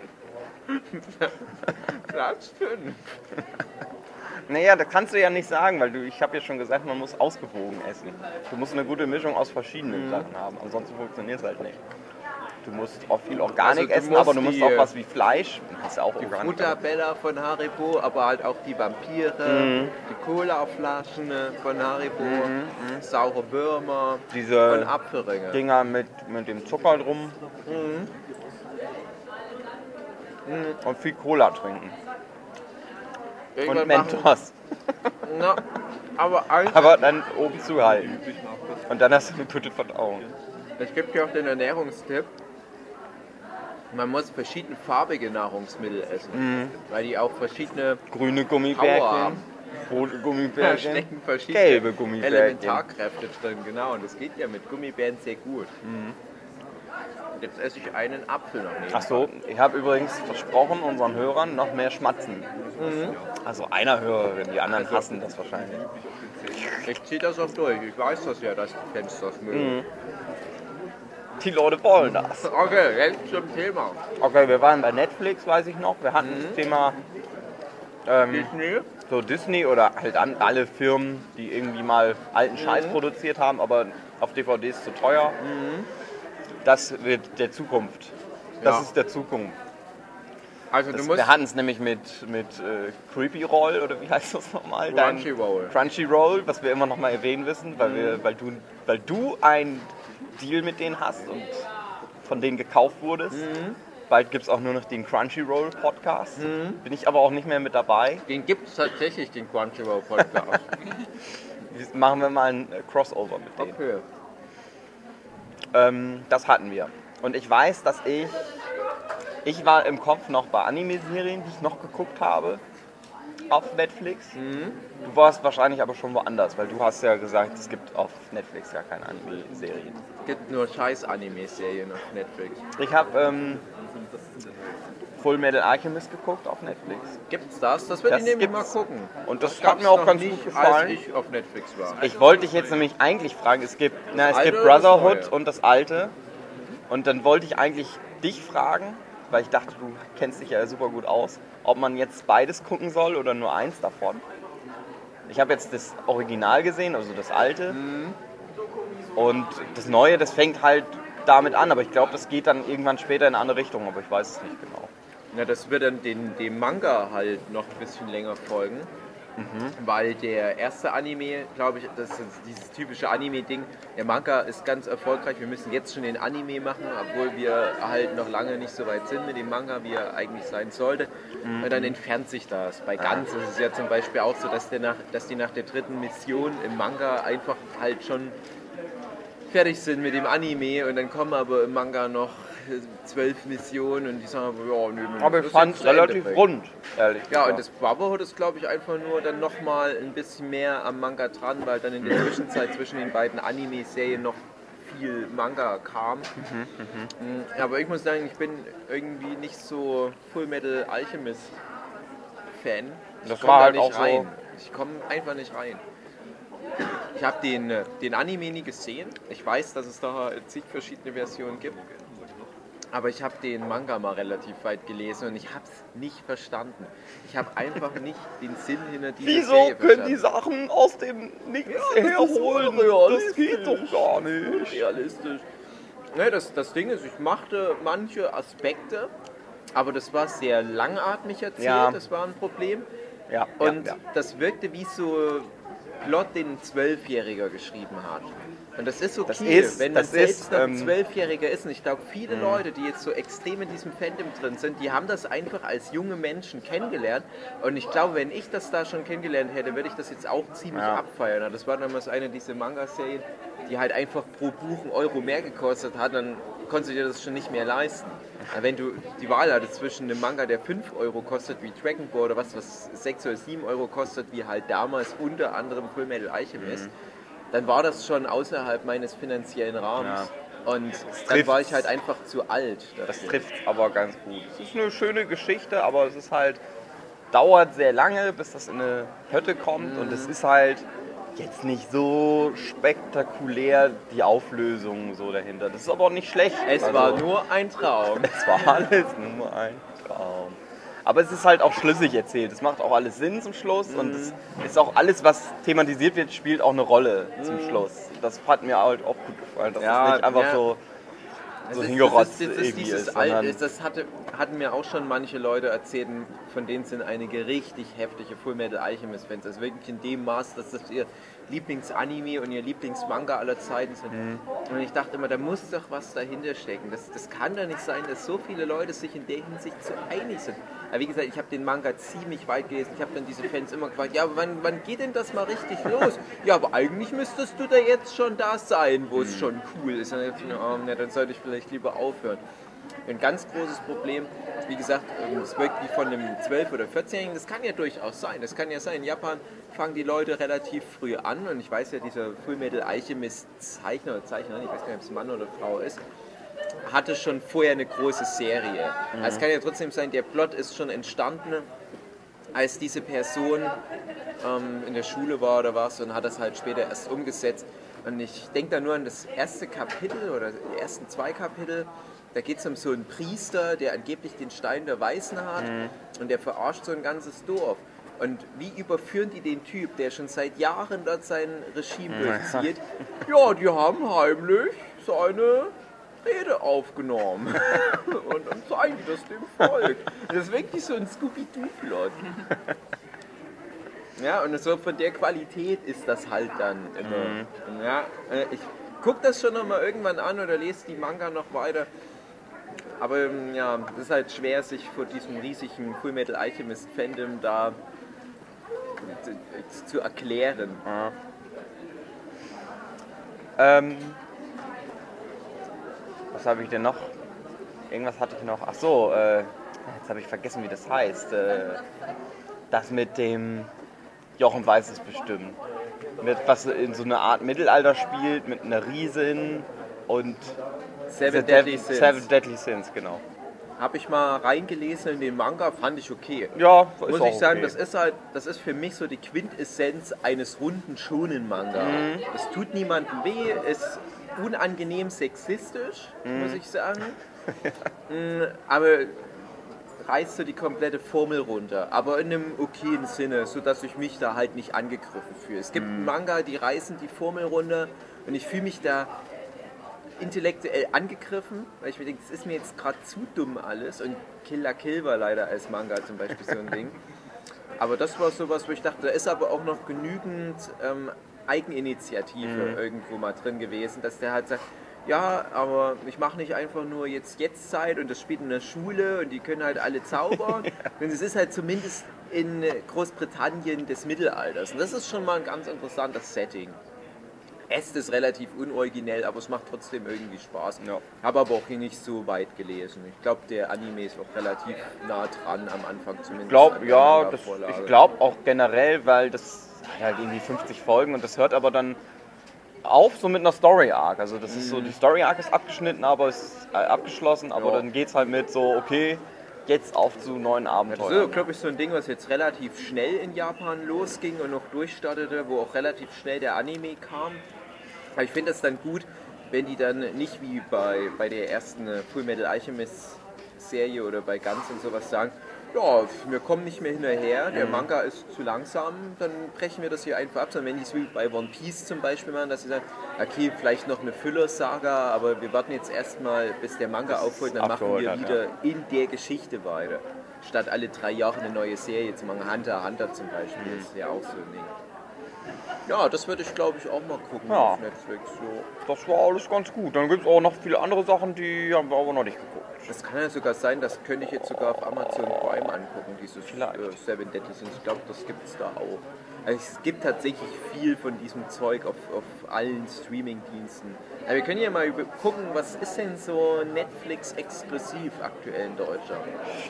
Platz fünf. Naja, das kannst du ja nicht sagen, weil du, ich habe ja schon gesagt, man muss ausgewogen essen. Du musst eine gute Mischung aus verschiedenen Sachen haben, ansonsten funktioniert es halt nicht. Du musst auch viel Organik Also du essen, musst aber du musst die- auch was wie Fleisch. Du kannst ja auch Die Organik. Butterbella von Haribo, aber halt auch die Vampire, Mhm. die Cola-Flaschen von Haribo, saure Würmer Diese und Apfelringe. Dinger mit, mit dem Zucker drum. Und viel Cola trinken. Irgendwann Und machen- Mentos. Na, aber eins, Aber dann oben zuhalten. Und dann hast du eine gute Verdauung. es gibt ja auch den Ernährungstipp, man muss verschiedene farbige Nahrungsmittel essen, weil die auch verschiedene Grüne Power Gummibärchen, haben. rote Da Gummibärchen, stecken verschiedene gelbe Gummibärchen. Elementarkräfte drin, genau. Und das geht ja mit Gummibären sehr gut. Jetzt esse ich einen Apfel noch neben. Ach so, ich habe übrigens versprochen unseren Hörern noch mehr Schmatzen. Also einer Hörerin, die anderen hassen das wahrscheinlich. Ich ziehe das auch durch. Ich weiß das ja, dass die Fans das mögen. Die Leute wollen das. Okay, jetzt zum Thema. Okay, wir waren bei Netflix, weiß ich noch. Wir hatten das Thema ähm, Disney. so Disney oder halt an, alle Firmen, die irgendwie mal alten Scheiß mhm. produziert haben, aber auf D V Ds zu teuer. Mhm. Das wird der Zukunft. Das ja. ist der Zukunft. Also du das, musst wir hatten es nämlich mit, mit äh, Creepy Roll oder wie heißt das nochmal? Crunchyroll. Crunchyroll, was wir immer noch mal erwähnen müssen, weil, wir, weil, du, weil du einen Deal mit denen hast und von denen gekauft wurdest. Mhm. Bald gibt es auch nur noch den Crunchyroll Podcast. Mhm. Bin ich aber auch nicht mehr mit dabei. Den gibt es tatsächlich, den Crunchyroll Podcast. Machen wir mal ein Crossover mit denen. Okay. Ähm, das hatten wir. Und ich weiß, dass ich... Ich war im Kopf noch bei Anime-Serien, die ich noch geguckt habe auf Netflix. Mhm. Du warst wahrscheinlich aber schon woanders, weil du hast ja gesagt, es gibt auf Netflix gar keine Anime-Serien. Es gibt nur scheiß Anime-Serien auf Netflix. Ich habe ähm, Full Metal Alchemist geguckt auf Netflix. Gibt's das? Das würde ich nämlich mal gucken. Und das, das hat mir auch ganz gut gefallen. Als ich auf Netflix war. Ich wollte dich jetzt nämlich eigentlich fragen, es gibt, na, es gibt Brotherhood das und das alte. Und dann wollte ich eigentlich dich fragen, weil ich dachte, du kennst dich ja super gut aus, ob man jetzt beides gucken soll oder nur eins davon. Ich habe jetzt das Original gesehen, also das alte. Mhm. Und das Neue, das fängt halt damit an, aber ich glaube, das geht dann irgendwann später in eine andere Richtung, aber ich weiß es nicht genau. Ja, das wird dann den, dem Manga halt noch ein bisschen länger folgen. Mhm. Weil der erste Anime, glaube ich, das ist dieses typische Anime-Ding, der Manga ist ganz erfolgreich, wir müssen jetzt schon den Anime machen, obwohl wir halt noch lange nicht so weit sind mit dem Manga, wie er eigentlich sein sollte. Mhm. Und dann entfernt sich das. Bei Ganz ist es ja zum Beispiel auch so, dass, der nach, dass die nach der dritten Mission im Manga einfach halt schon fertig sind mit dem Anime und dann kommen aber im Manga noch zwölf Missionen und die sagen, ja, nö, aber ich fand es relativ rund, ehrlich gesagt. Ja, und das Brotherhood ist, glaube ich, einfach nur dann nochmal ein bisschen mehr am Manga dran, weil dann in der Zwischenzeit zwischen den beiden Anime-Serien noch viel Manga kam. Mhm, mh. Aber ich muss sagen, ich bin irgendwie nicht so Full Metal Alchemist Fan. Ich das war halt da nicht auch rein. so. Ich komme einfach nicht rein. Ich habe den, den Anime nie gesehen. Ich weiß, dass es da zig verschiedene Versionen gibt. Aber ich habe den Manga mal relativ weit gelesen und ich habe es nicht verstanden. Ich habe einfach nicht den Sinn hinter dieser Wieso Serie können verstanden. die Sachen aus dem Nichts ja, herholen? Das geht doch gar nicht. Realistisch. Ne, das, das Ding ist, ich machte manche Aspekte, aber das war sehr langatmig erzählt, ja. Das war ein Problem. Ja, und ja, ja. das wirkte wie so Plot, den ein Zwölfjähriger geschrieben hat. Und das ist okay, das ist, wenn man das selbst ist, noch ein ähm, Zwölfjähriger ist. Und ich glaube, viele mh. Leute, die jetzt so extrem in diesem Fandom drin sind, die haben das einfach als junge Menschen kennengelernt. Und ich glaube, wenn ich das da schon kennengelernt hätte, würde ich das jetzt auch ziemlich ja. abfeiern. Das war damals eine dieser Manga-Serien, die halt einfach pro Buch einen Euro mehr gekostet hat, dann konntest du dir das schon nicht mehr leisten. Aber wenn du die Wahl hattest zwischen einem Manga, der fünf Euro kostet, wie Dragon Ball, oder was, was sechs oder sieben Euro kostet, wie halt damals unter anderem Full Metal Alchemist, mhm. dann war das schon außerhalb meines finanziellen Rahmens. Ja. Und dann war ich halt einfach zu alt. Dafür. Das trifft aber ganz gut. Es ist eine schöne Geschichte, aber es ist halt, dauert sehr lange, bis das in eine Hütte kommt. Mhm. Und es ist halt jetzt nicht so spektakulär, die Auflösung so dahinter. Das ist aber auch nicht schlecht. Es also, war nur ein Traum. Es war alles nur ein Traum. Aber es ist halt auch schlüssig erzählt. Es macht auch alles Sinn zum Schluss. Mhm. Und es ist auch alles, was thematisiert wird, spielt auch eine Rolle mhm. zum Schluss. Das hat mir halt auch gut gefallen, dass ja, es nicht einfach ja. so, so ist, hingerotzt das ist, das ist irgendwie ist. Al- das hatte, hatten mir auch schon manche Leute erzählt, von denen sind einige richtig heftige Full Metal Alchemist Fans. Also wirklich in dem Maß, dass das ihr Lieblingsanime und ihr Lieblingsmanga aller Zeiten sind. Mhm. Und ich dachte immer, da muss doch was dahinter stecken. Das, das kann doch nicht sein, dass so viele Leute sich in der Hinsicht so einig sind. Aber wie gesagt, ich habe den Manga ziemlich weit gelesen. Ich habe dann diese Fans immer gefragt, ja, wann, wann geht denn das mal richtig los? Ja, aber eigentlich müsstest du da jetzt schon da sein, wo es mhm. schon cool ist. Und dann dachte ich mir, oh, na, dann sollte ich vielleicht lieber aufhören. Ein ganz großes Problem, wie gesagt, es wirkt wie von einem zwölf- oder vierzehnjährigen, das kann ja durchaus sein. Das kann ja sein, in Japan fangen die Leute relativ früh an und ich weiß ja, dieser Full Metal Alchemist Zeichner oder Zeichner, ich weiß gar nicht, ob es Mann oder Frau ist, hatte schon vorher eine große Serie. Mhm. Also es kann ja trotzdem sein, der Plot ist schon entstanden, als diese Person ähm, in der Schule war oder was und hat das halt später erst umgesetzt. Und ich denke da nur an das erste Kapitel oder die ersten zwei Kapitel. Da geht es um so einen Priester, der angeblich den Stein der Weisen hat mhm. und der verarscht so ein ganzes Dorf. Und wie überführen die den Typ, der schon seit Jahren dort sein Regime durchzieht? Ja, die haben heimlich seine Rede aufgenommen. Und dann zeigen die das dem Volk. Das ist wirklich so ein Scooby-Doo-Plot. Ja, und so von der Qualität ist das halt dann immer. Mhm. Ja, ich gucke das schon nochmal irgendwann an oder lese die Manga noch weiter. Aber ja, es ist halt schwer, sich vor diesem riesigen Fullmetal Alchemist Fandom da zu, zu erklären. Ja. Ähm, was habe ich denn noch? Irgendwas hatte ich noch. Ach so, äh, jetzt habe ich vergessen, wie das heißt. Äh, das mit dem Jochen weiß es bestimmt. Mit was in so einer Art Mittelalter spielt, mit einer Riesin und Seven Deadly Sins. Seven Deadly Sins, genau. Habe ich mal reingelesen in den Manga, fand ich okay. Ja, ist muss auch ich sagen, okay. das ist halt, das ist für mich so die Quintessenz eines runden Shonen-Manga. Mhm. Es tut niemandem weh, ist unangenehm sexistisch, mhm. muss ich sagen. Ja. Aber reißt so die komplette Formel runter, aber in einem okayen Sinne, sodass ich mich da halt nicht angegriffen fühle. Es gibt mhm. Manga, die reißen die Formel runter und ich fühle mich da intellektuell angegriffen, weil ich mir denke, das ist mir jetzt gerade zu dumm alles und Kill la Kill war leider als Manga zum Beispiel so ein Ding. Aber das war sowas, wo ich dachte, da ist aber auch noch genügend ähm, Eigeninitiative mhm. irgendwo mal drin gewesen, dass der halt sagt, ja, aber ich mache nicht einfach nur jetzt Jetztzeit und das spielt in der Schule und die können halt alle zaubern. Und es ist halt zumindest in Großbritannien des Mittelalters. Und das ist schon mal ein ganz interessantes Setting. Es ist relativ unoriginell, aber es macht trotzdem irgendwie Spaß. Ja. Habe aber auch hier nicht so weit gelesen. Ich glaube, der Anime ist auch relativ nah dran am Anfang zumindest. Ich glaube, ja, das, ich glaube auch generell, weil das hat halt irgendwie fünfzig Folgen und das hört aber dann auf so mit einer Story Arc. Also das ist so, die Story Arc ist abgeschnitten, aber ist äh, abgeschlossen, aber ja. dann geht's halt mit so, okay, jetzt auf zu neuen Abenteuern. Das ist, glaube ich, so ein Ding, was jetzt relativ schnell in Japan losging und noch durchstartete, wo auch relativ schnell der Anime kam. Aber ich finde es dann gut, wenn die dann nicht wie bei, bei der ersten Fullmetal Alchemist Serie oder bei Guns und sowas sagen, ja, wir kommen nicht mehr hinterher, der Manga ist zu langsam, dann brechen wir das hier einfach ab. Sondern wenn die es wie bei One Piece zum Beispiel machen, dass sie sagen, okay, vielleicht noch eine Filler-Saga, aber wir warten jetzt erstmal, bis der Manga aufholt, dann machen wir hat, wieder ja. in der Geschichte weiter. Statt alle drei Jahre eine neue Serie zu machen. Hunter x Hunter zum Beispiel mhm. ist ja auch so ein Ding. Ja, das würde ich, glaube ich, auch mal gucken ja. auf Netflix. So. Das war alles ganz gut. Dann gibt es auch noch viele andere Sachen, die haben wir aber noch nicht geguckt. Das kann ja sogar sein, das könnte ich jetzt sogar auf Amazon Prime angucken, dieses äh, Seven Deadly Sins. Ich glaube, das gibt es da auch. Also es gibt tatsächlich viel von diesem Zeug auf, auf allen Streaming-Diensten. Aber wir können ja mal gucken, was ist denn so Netflix-exklusiv aktuell in Deutschland?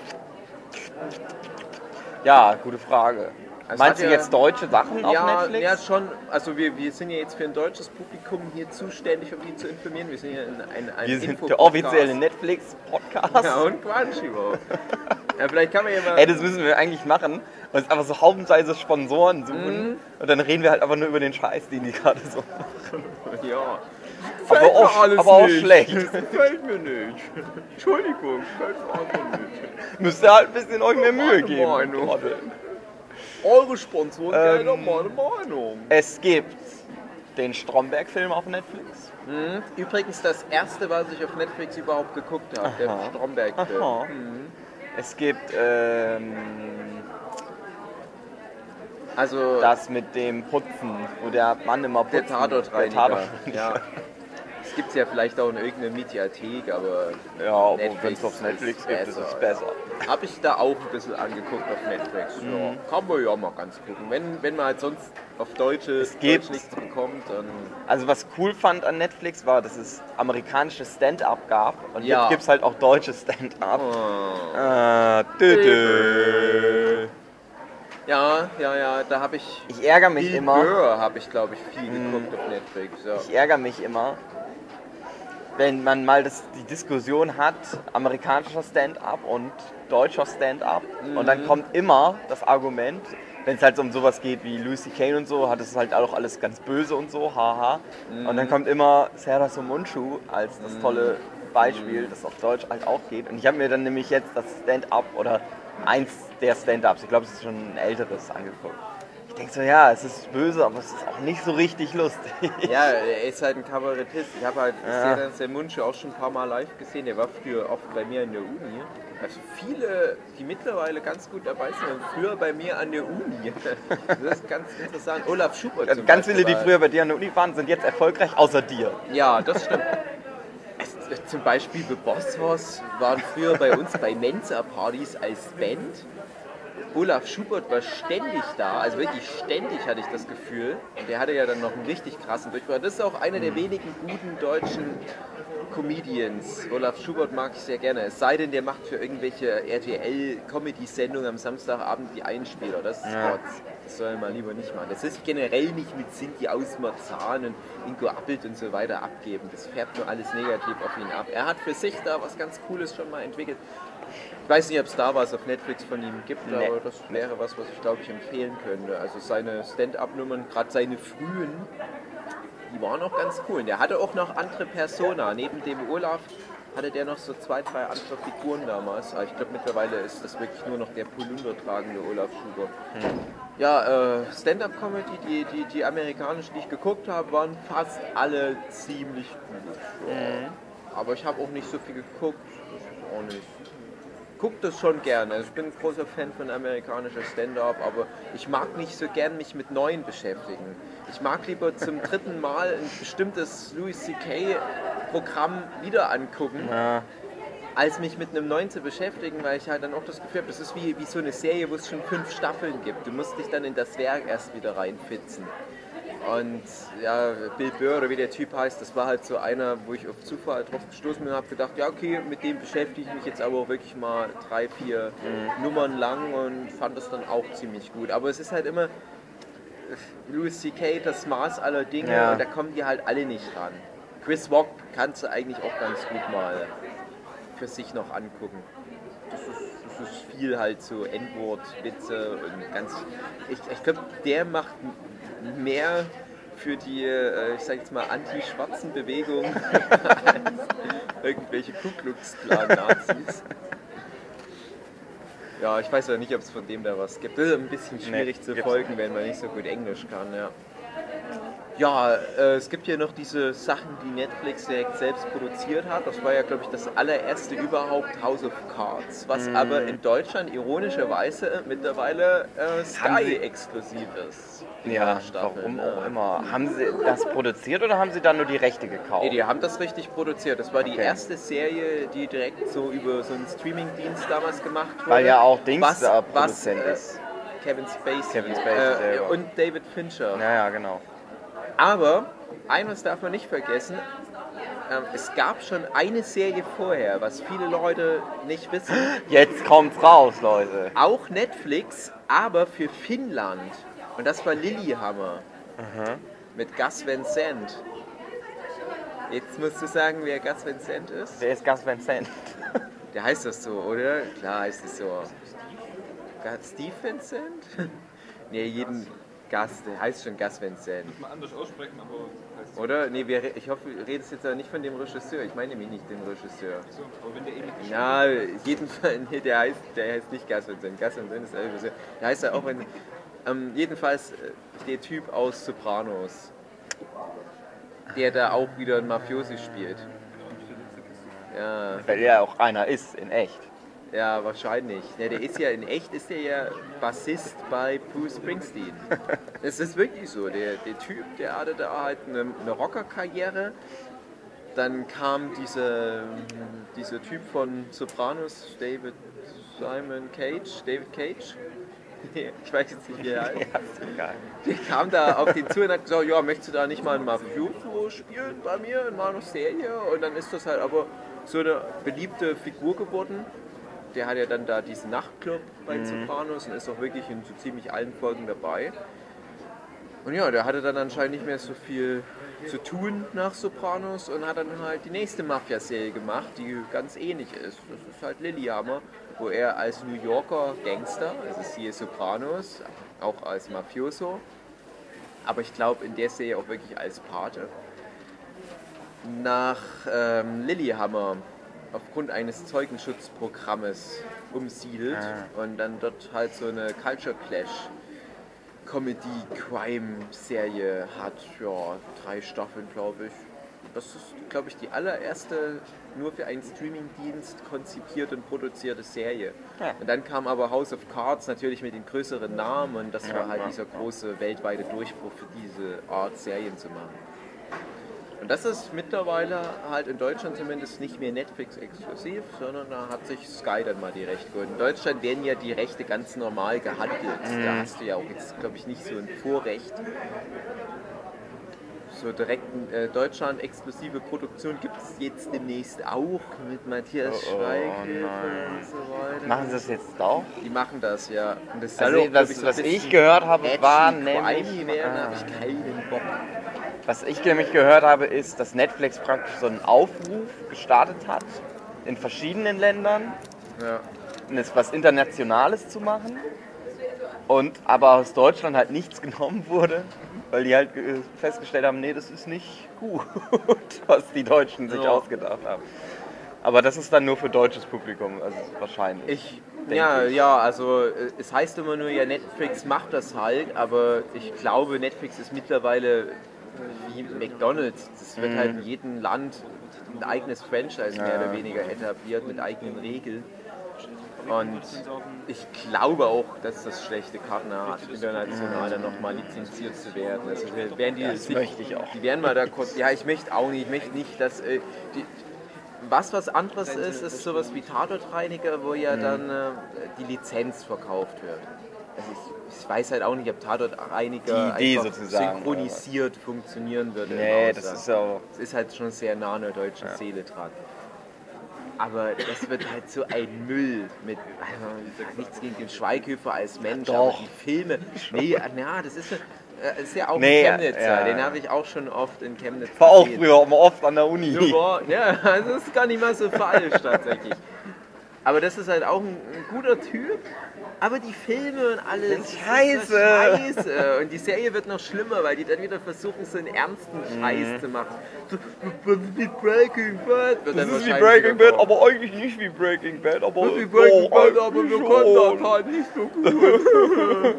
Ja, gute Frage. Also meinst du ja, jetzt deutsche Sachen auf ja, Netflix? Ja, schon. Also wir, wir sind ja jetzt für ein deutsches Publikum hier zuständig, um die zu informieren. Wir sind ja in ein, ein Wir sind der offizielle Netflix-Podcast. Ja, und Crunchyroll. Ja, vielleicht kann man ja mal... Ey, das müssen wir eigentlich machen. Und uns einfach so haufenweise Sponsoren suchen. Mm. Und dann reden wir halt einfach nur über den Scheiß, den die gerade so machen. Ja. Aber auch, alles aber auch nicht. schlecht. Gefällt mir nicht. Entschuldigung, gefällt mir einfach nicht. Müsst ihr halt ein bisschen euch mehr Mühe geben. Meinung. Eure Sponsoren gelten ähm, meine Meinung. Es gibt den Stromberg-Film auf Netflix. Mhm. Übrigens das erste, was ich auf Netflix überhaupt geguckt habe, der Stromberg-Film. Mhm. Es gibt ähm, also das mit dem Putzen, wo der Mann immer putzt. Der Tatortreiniger. Ja. Das gibt es ja vielleicht auch in irgendeiner Mediathek, aber ja, wenn es auf Netflix gibt, ist es besser. Habe ich da auch ein bisschen angeguckt auf Netflix. Mhm. Ja, kann man ja mal ganz gucken. Wenn, wenn man halt sonst auf Deutsche Deutsch nichts bekommt, dann... Also was cool fand an Netflix war, dass es amerikanische Stand-Up gab. Und ja. jetzt gibt es halt auch deutsche Stand-Up. Oh. Ah, dü -dü. Ja, ja, ja, da habe ich... Ich ärgere mich Bill immer. Burr habe ich, glaube ich, viel mhm. geguckt auf Netflix. Ja. Ich ärgere mich immer, wenn man mal das, die Diskussion hat, amerikanischer Stand-up und deutscher Stand-up mhm. und dann kommt immer das Argument, wenn es halt um sowas geht wie Louis C K und so, hat es halt auch alles ganz böse und so, haha. Mhm. Und dann kommt immer Sarah Somunchu als das tolle Beispiel, mhm. das auf Deutsch halt auch geht. Und ich habe mir dann nämlich jetzt das Stand-up oder eins der Stand-Ups, ich glaube, es ist schon ein älteres, angeguckt. Ich denke so, ja, es ist böse, aber es ist auch nicht so richtig lustig. Ja, er ist halt ein Kabarettist. Ich habe halt Ja. Sedan Semuncu auch schon ein paar Mal live gesehen. Der war früher oft bei mir an der Uni. Also viele, die mittlerweile ganz gut dabei sind, waren früher bei mir an der Uni. Das ist ganz interessant. Olaf Schubert zum Ganz Beispiel viele, die war- früher bei dir an der Uni waren, sind jetzt erfolgreich, außer dir. Ja, das stimmt. Es, zum Beispiel The Boss Hoss waren früher bei uns bei Mensa-Partys als Band. Olaf Schubert war ständig da, also wirklich ständig hatte ich das Gefühl. Und der hatte ja dann noch einen richtig krassen Durchbruch. Das ist auch einer der wenigen guten deutschen Comedians. Olaf Schubert mag ich sehr gerne. Es sei denn, der macht für irgendwelche R T L-Comedy-Sendungen am Samstagabend die Einspieler. Das ist Ja. Rotz. Das soll man lieber nicht machen. Das ist generell nicht mit Sinti aus Marzahn und Ingo Appelt und so weiter abgeben. Das färbt nur alles negativ auf ihn ab. Er hat für sich da was ganz Cooles schon mal entwickelt. Ich weiß nicht, ob es da was auf Netflix von ihm gibt, Nee. aber das wäre was, was ich glaube ich empfehlen könnte. Also seine Stand-Up-Nummern, gerade seine frühen, die waren auch ganz cool. Und der hatte auch noch andere Persona. Neben dem Olaf hatte der noch so zwei, drei andere Figuren damals. Aber ich glaube mittlerweile ist das wirklich nur noch der Polunder tragende Olaf Schubert. Hm. Ja, äh, Stand-Up-Comedy, die, die, die amerikanischen, die ich geguckt habe, waren fast alle ziemlich gut. Mhm. Aber ich habe auch nicht so viel geguckt. Das ist auch nicht. Guck das schon gerne. Also ich bin ein großer Fan von amerikanischer Stand-Up, aber ich mag nicht so gern mich mit Neuen beschäftigen. Ich mag lieber zum dritten Mal ein bestimmtes Louis C K-Programm wieder angucken, Ja. als mich mit einem Neuen zu beschäftigen, weil ich halt dann auch das Gefühl habe, das ist wie, wie so eine Serie, wo es schon fünf Staffeln gibt. Du musst dich dann in das Werk erst wieder reinfitzen. Und ja, Bill Burr oder wie der Typ heißt, das war halt so einer, wo ich auf Zufall drauf gestoßen bin und habe gedacht, ja okay, mit dem beschäftige ich mich jetzt aber auch wirklich mal drei, vier mhm. Nummern lang und fand das dann auch ziemlich gut. Aber es ist halt immer Louis C K, das Maß aller Dinge Ja. und da kommen die halt alle nicht ran. Chris Rock kannst du eigentlich auch ganz gut mal für sich noch angucken. Das ist, das ist viel halt so N-Wort-Witze und ganz... Ich, ich glaube, der macht mehr für die, äh, ich sag jetzt mal, anti-schwarzen Bewegungen als irgendwelche Ku Klux Klan-Nazis. Ja, ich weiß ja nicht, ob es von dem da was gibt. Das ist ein bisschen schwierig Nee, zu gibt's folgen, wenn man nicht so gut Englisch kann, ja. Ja, äh, es gibt ja noch diese Sachen, die Netflix direkt selbst produziert hat. Das war ja, glaube ich, das allererste überhaupt House of Cards, was Mm. aber in Deutschland ironischerweise mittlerweile äh, Haben Sky Sie- exklusiv ist. Die Ja, neuen Staffeln, warum auch ja. immer. Haben Sie das produziert oder haben Sie da nur die Rechte gekauft? Nee, die haben das richtig produziert. Das war die Okay. erste Serie, die direkt so über so einen Streamingdienst damals gemacht wurde. Weil ja auch Dings was, da was, Produzent äh, ist. Kevin Spacey, Kevin Spacey äh, selber. und David Fincher. Ja, ja, genau. Aber eines darf man nicht vergessen, ähm, es gab schon eine Serie vorher, was viele Leute nicht wissen. Jetzt kommt's raus, Leute. Auch Netflix, aber für Finnland. Und das war Lilyhammer. Mit Gus Van Sant. Jetzt musst du sagen, wer Gus Van Sant ist. Wer ist Gus Van Sant? Der heißt das so, oder? Klar heißt es so. Gu- Steve Van Sant? Nee, jeden Gus, der heißt schon Gus Van Sant. Mal anders aussprechen, aber heißt Oder? Nee, wir, ich hoffe, du redest jetzt aber nicht von dem Regisseur. Ich meine nämlich nicht den Regisseur. so. Aber wenn der eh nicht Na, jedenfalls, nee, der heißt, der heißt nicht Gus Van Sant. Gus Van Sant ist der Regisseur. Der heißt ja auch, wenn, ähm, jedenfalls äh, der Typ aus Sopranos, der da auch wieder einen Mafiosi spielt. Ja, Weil er auch einer ist, in echt. ja, wahrscheinlich. Ja, der ist ja in echt, ist der ja Bassist bei Bruce Springsteen. Es ist wirklich so. Der, der Typ, der hatte da halt eine, eine Rockerkarriere. Dann kam diese, dieser Typ von Sopranos, David Simon Cage, David Cage. Ich weiß jetzt nicht, wie er heißt. Ja, ist egal. Der kam da auf den zu und hat gesagt, ja, möchtest du da nicht mal ein Mafioso spielen bei mir in meiner Serie? Und dann ist das halt aber so eine beliebte Figur geworden. Der hat ja dann da diesen Nachtclub bei Sopranos und ist auch wirklich in so ziemlich allen Folgen dabei. Und ja, der hatte dann anscheinend nicht mehr so viel zu tun nach Sopranos und hat dann halt die nächste Mafia-Serie gemacht, die ganz ähnlich ist. Das ist halt Lilyhammer, wo er als New Yorker Gangster, also siehe Sopranos, auch als Mafioso, aber ich glaube in der Serie auch wirklich als Pate, nach ähm, Lilyhammer aufgrund eines Zeugenschutzprogrammes umsiedelt Ah. und dann dort halt so eine Culture Clash Comedy-Crime-Serie hat. Ja, drei Staffeln, glaube ich. Das ist, glaube ich, die allererste nur für einen Streamingdienst konzipierte und produzierte Serie. Ja. Und dann kam aber House of Cards natürlich mit den größeren Namen und das Ja, war halt ja. dieser große weltweite Durchbruch für diese Art Serien zu machen. Und das ist mittlerweile halt in Deutschland zumindest nicht mehr Netflix-exklusiv, sondern da hat sich Sky dann mal die Rechte geholt. In Deutschland werden ja die Rechte ganz normal gehandelt. Mhm. Da hast du ja auch jetzt, glaube ich, nicht so ein Vorrecht. So direkt äh, Deutschland-exklusive Produktion gibt es jetzt demnächst auch mit Matthias Oh, oh, Schweighöfer nein. und so weiter. Machen sie das jetzt auch? Die machen das, ja. Und das soll Also, auch, glaub was, ich, so ein was ich bisschen gehört habe, edgy war Crime nämlich... werden, da Ah. habe ich keinen Bock. Was ich nämlich gehört habe, ist, dass Netflix praktisch so einen Aufruf gestartet hat, in verschiedenen Ländern, Ja. was Internationales zu machen, und aber aus Deutschland halt nichts genommen wurde, weil die halt äh, festgestellt haben, nee, das ist nicht gut, was die Deutschen sich Ja. ausgedacht haben. Aber das ist dann nur für deutsches Publikum, also wahrscheinlich. Ich, denke ja, ich. ja, also äh, es heißt immer nur, ja, Netflix macht das halt, aber ich glaube, Netflix ist mittlerweile wie McDonald's. Das wird Mhm. halt in jedem Land ein eigenes Franchise mehr Ja. oder weniger etabliert mit eigenen Regeln. Und ich glaube auch, dass das schlechte Karten hat, international dann nochmal lizenziert zu werden. Also wir werden die, Das möchte ich auch. Die werden mal da kurz. Ja, ich möchte auch nicht. Ich möchte nicht, dass. Äh, die, was was anderes ist, ist sowas wie Tatortreiniger, wo ja dann äh, die Lizenz verkauft wird. Also ich, ich weiß halt auch nicht, ob Tatortreiniger Die Idee einfach sozusagen, synchronisiert funktionieren würde. im Nee, das Ausland. ist ja auch... Es ist halt schon sehr nah an der deutschen Seele dran. Aber das wird halt so ein Müll mit, also, nichts gegen den Schweighöfer als Mensch, aber Doch. die Filme, nee, na, das ist, äh, ist ja auch Nee, ein Chemnitzer, ja. den habe ich auch schon oft in Chemnitz War auch gesehen. früher auch mal oft an der Uni. Super, ja, also das ist gar nicht mal so falsch tatsächlich. Aber das ist halt auch ein, ein guter Typ. Aber die Filme und alles Sind das ist scheiße. so scheiße. Und die Serie wird noch schlimmer, weil die dann wieder versuchen, so einen ernsten Scheiß zu machen. So, das ist wie Breaking Bad. Wird Das dann ist wie wahrscheinlich Breaking wieder Bad, kommen. aber eigentlich nicht wie Breaking Bad. Aber Das ist wie Breaking oh, Bad, aber wir eigentlich können schon. das halt nicht so gut.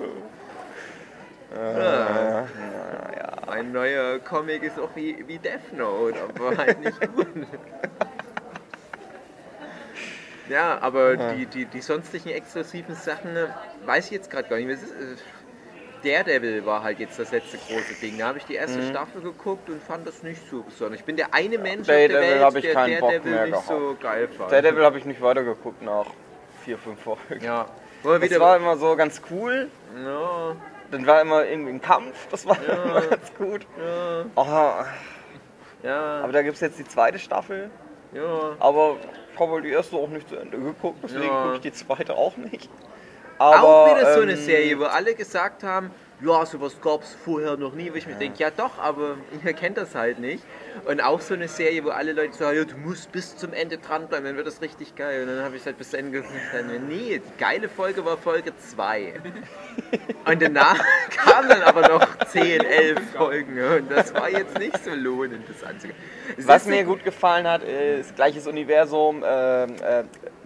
Ja, ja. Ein neuer Comic ist auch wie, wie Death Note, aber halt nicht gut. Ja, aber die, die, die sonstigen exklusiven Sachen äh, weiß ich jetzt gerade gar nicht mehr. Es ist, äh, Daredevil war halt jetzt das letzte große Ding. Da habe ich die erste Mhm. Staffel geguckt und fand das nicht so besonders. Ich bin der eine Mensch auf der Daredevil Welt, hab ich der keinen Bock Daredevil mehr nicht so gehabt. geil fand. Daredevil habe ich nicht weitergeguckt nach vier, fünf Folgen. Ja. Wo wir Das wieder war immer so ganz cool. ja, Dann war immer irgendwie ein Kampf, das war Ja. immer ganz gut. ja, Oh, ja, aber da gibt es jetzt die zweite Staffel. ja. Aber ich habe die erste auch nicht zu Ende geguckt, deswegen Ja. gucke ich die zweite auch nicht. Aber, auch wieder so eine ähm, Serie, wo alle gesagt haben, ja, sowas gab es vorher noch nie, wo ich mir denke, ja doch, aber ihr kennt das halt nicht. Und auch so eine Serie, wo alle Leute sagen, ja, du musst bis zum Ende dranbleiben, dann wird das richtig geil. Und dann habe ich halt bis zum Ende gesagt, nee, die geile Folge war Folge zwei. Und danach kamen dann aber noch zehn, elf Folgen und das war jetzt nicht so lohnend, das anzugehen. Es Was ist mir so- gut gefallen hat, ist gleiches Universum, ähm, äh, äh,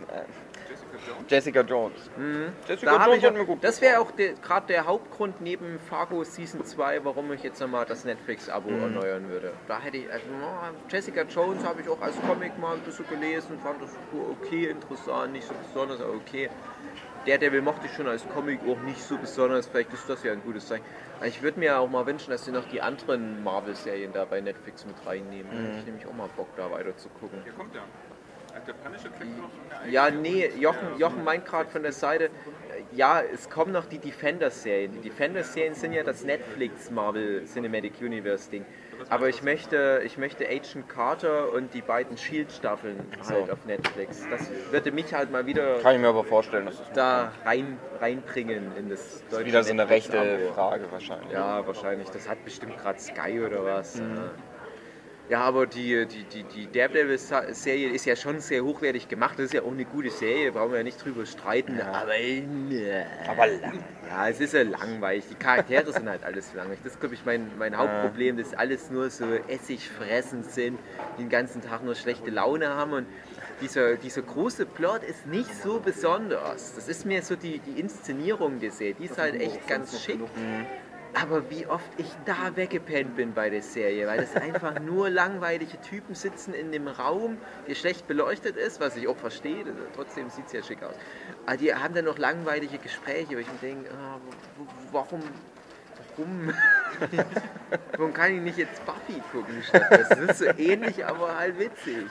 Jessica Jones. Jessica Da hab Jones ich hat auch, mir gut das wäre auch gerade der Hauptgrund neben Fargo Season zwei, warum ich jetzt nochmal das Netflix-Abo Mhm. erneuern würde. Da hätte ich, also, oh, Jessica Jones habe ich auch als Comic mal ein bisschen gelesen, fand das okay, interessant, nicht so besonders, aber okay. Daredevil mochte ich schon als Comic auch nicht so besonders, vielleicht ist das ja ein gutes Zeichen. Aber ich würde mir auch mal wünschen, dass sie noch die anderen Marvel-Serien da bei Netflix mit reinnehmen. Da hätte ich nämlich auch mal Bock, da weiter zu gucken. Hier kommt er. Der Punisher kriegt noch eine eigene Ja, nee, Jochen, Jochen meint gerade von der Seite, äh, ja, es kommen noch die Defenders-Serien. Die Defenders-Serien sind ja das Netflix Marvel Cinematic Universe Ding. Aber ich möchte, ich möchte Agent Carter und die beiden Shield-Staffeln halt auf Netflix. Das würde mich halt mal wieder Kann ich mir aber vorstellen, dass es da rein, reinbringen in das deutsche wieder so eine rechte Netflix-Abo. Frage wahrscheinlich. Ja, wahrscheinlich. Das hat bestimmt gerade Sky oder was. Ja. Ja, aber die, die, die, die Daredevil-Serie ist ja schon sehr hochwertig gemacht. Das ist ja auch eine gute Serie, brauchen wir ja nicht drüber streiten. Aber, ne. Aber lang. Ja, es ist ja langweilig. Die Charaktere sind halt alles langweilig. Das ist, glaube ich, mein, mein Hauptproblem, dass alles nur so essigfressend sind, die den ganzen Tag nur schlechte Laune haben. Und dieser, dieser große Plot ist nicht so besonders. Das ist mir so die, die Inszenierung der Serie, die ist halt echt ganz schick. Aber wie oft ich da weggepennt bin bei der Serie, weil das einfach nur langweilige Typen sitzen in dem Raum, der schlecht beleuchtet ist, was ich auch verstehe, trotzdem sieht es ja schick aus. Aber die haben dann noch langweilige Gespräche, wo ich mir denke, oh, warum, warum, warum kann ich nicht jetzt Buffy gucken stattdessen? Das ist so ähnlich, aber halt witzig.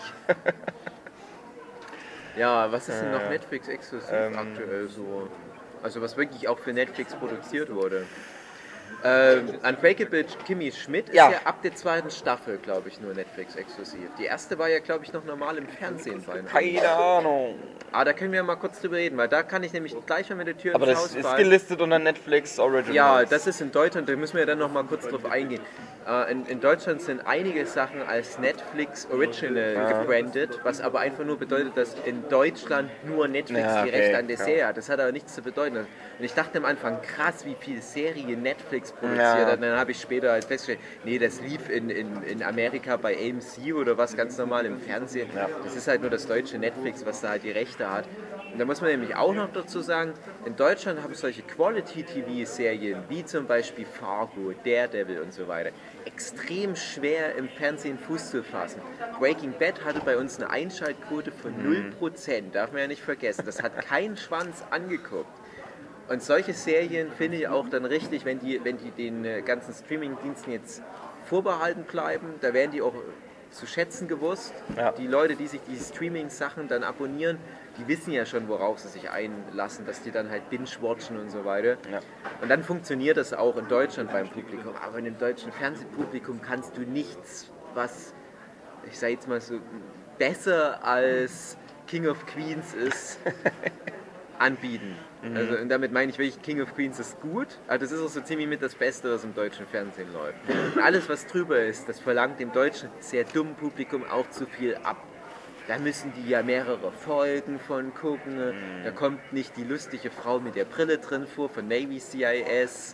Ja, was ist denn noch Netflix-exklusiv ähm, aktuell so? Also was wirklich auch für Netflix produziert wurde. Ähm, Unbreakable Kimmy Schmidt ist ja. ja ab der zweiten Staffel, glaube ich, nur Netflix-exklusiv. Die erste war ja, glaube ich, noch normal im Fernsehen bei uns. Keine Ahnung. Ah, da können wir mal kurz drüber reden, weil da kann ich nämlich gleich mal mit der Tür Aber ins das Haus ist fallen. gelistet unter Netflix Originals. Ja, das ist in Deutschland, da müssen wir ja dann noch mal kurz drauf eingehen. Äh, in, in Deutschland sind einige Sachen als Netflix Original ja. gebrandet, was aber einfach nur bedeutet, dass in Deutschland nur Netflix ja, okay. die Rechte an der Serie hat. Das hat aber nichts zu bedeuten. Und ich dachte am Anfang, krass, wie viele Serien Netflix produziert ja. hat. Und dann habe ich später halt festgestellt, nee, das lief in, in, in Amerika bei A M C oder was ganz normal im Fernsehen. Ja. Das ist halt nur das deutsche Netflix, was da halt die Rechte hat. Und da muss man nämlich auch noch dazu sagen, in Deutschland haben solche Quality-T V-Serien, wie zum Beispiel Fargo, Daredevil und so weiter, extrem schwer im Fernsehen Fuß zu fassen. Breaking Bad hatte bei uns eine Einschaltquote von null Prozent, darf man ja nicht vergessen. Das hat kein Schwanz angeguckt. Und solche Serien finde ich auch dann richtig, wenn die, wenn die den ganzen Streaming-Diensten jetzt vorbehalten bleiben, da werden die auch zu schätzen gewusst. Ja. Die Leute, die sich diese Streaming-Sachen dann abonnieren, die wissen ja schon, worauf sie sich einlassen, dass die dann halt binge-watchen und so weiter. Ja. Und dann funktioniert das auch in Deutschland beim Publikum. Aber in dem deutschen Fernsehpublikum kannst du nichts, was, ich sag jetzt mal so, besser als King of Queens ist, anbieten. Mhm. Also, und damit meine ich wirklich, King of Queens ist gut, aber das ist auch so ziemlich mit das Beste, was im deutschen Fernsehen läuft. Und alles, was drüber ist, das verlangt dem deutschen, sehr dummen Publikum auch zu viel ab. Da müssen die ja mehrere Folgen von gucken. Mhm. Da kommt nicht die lustige Frau mit der Brille drin vor von Navy C I S.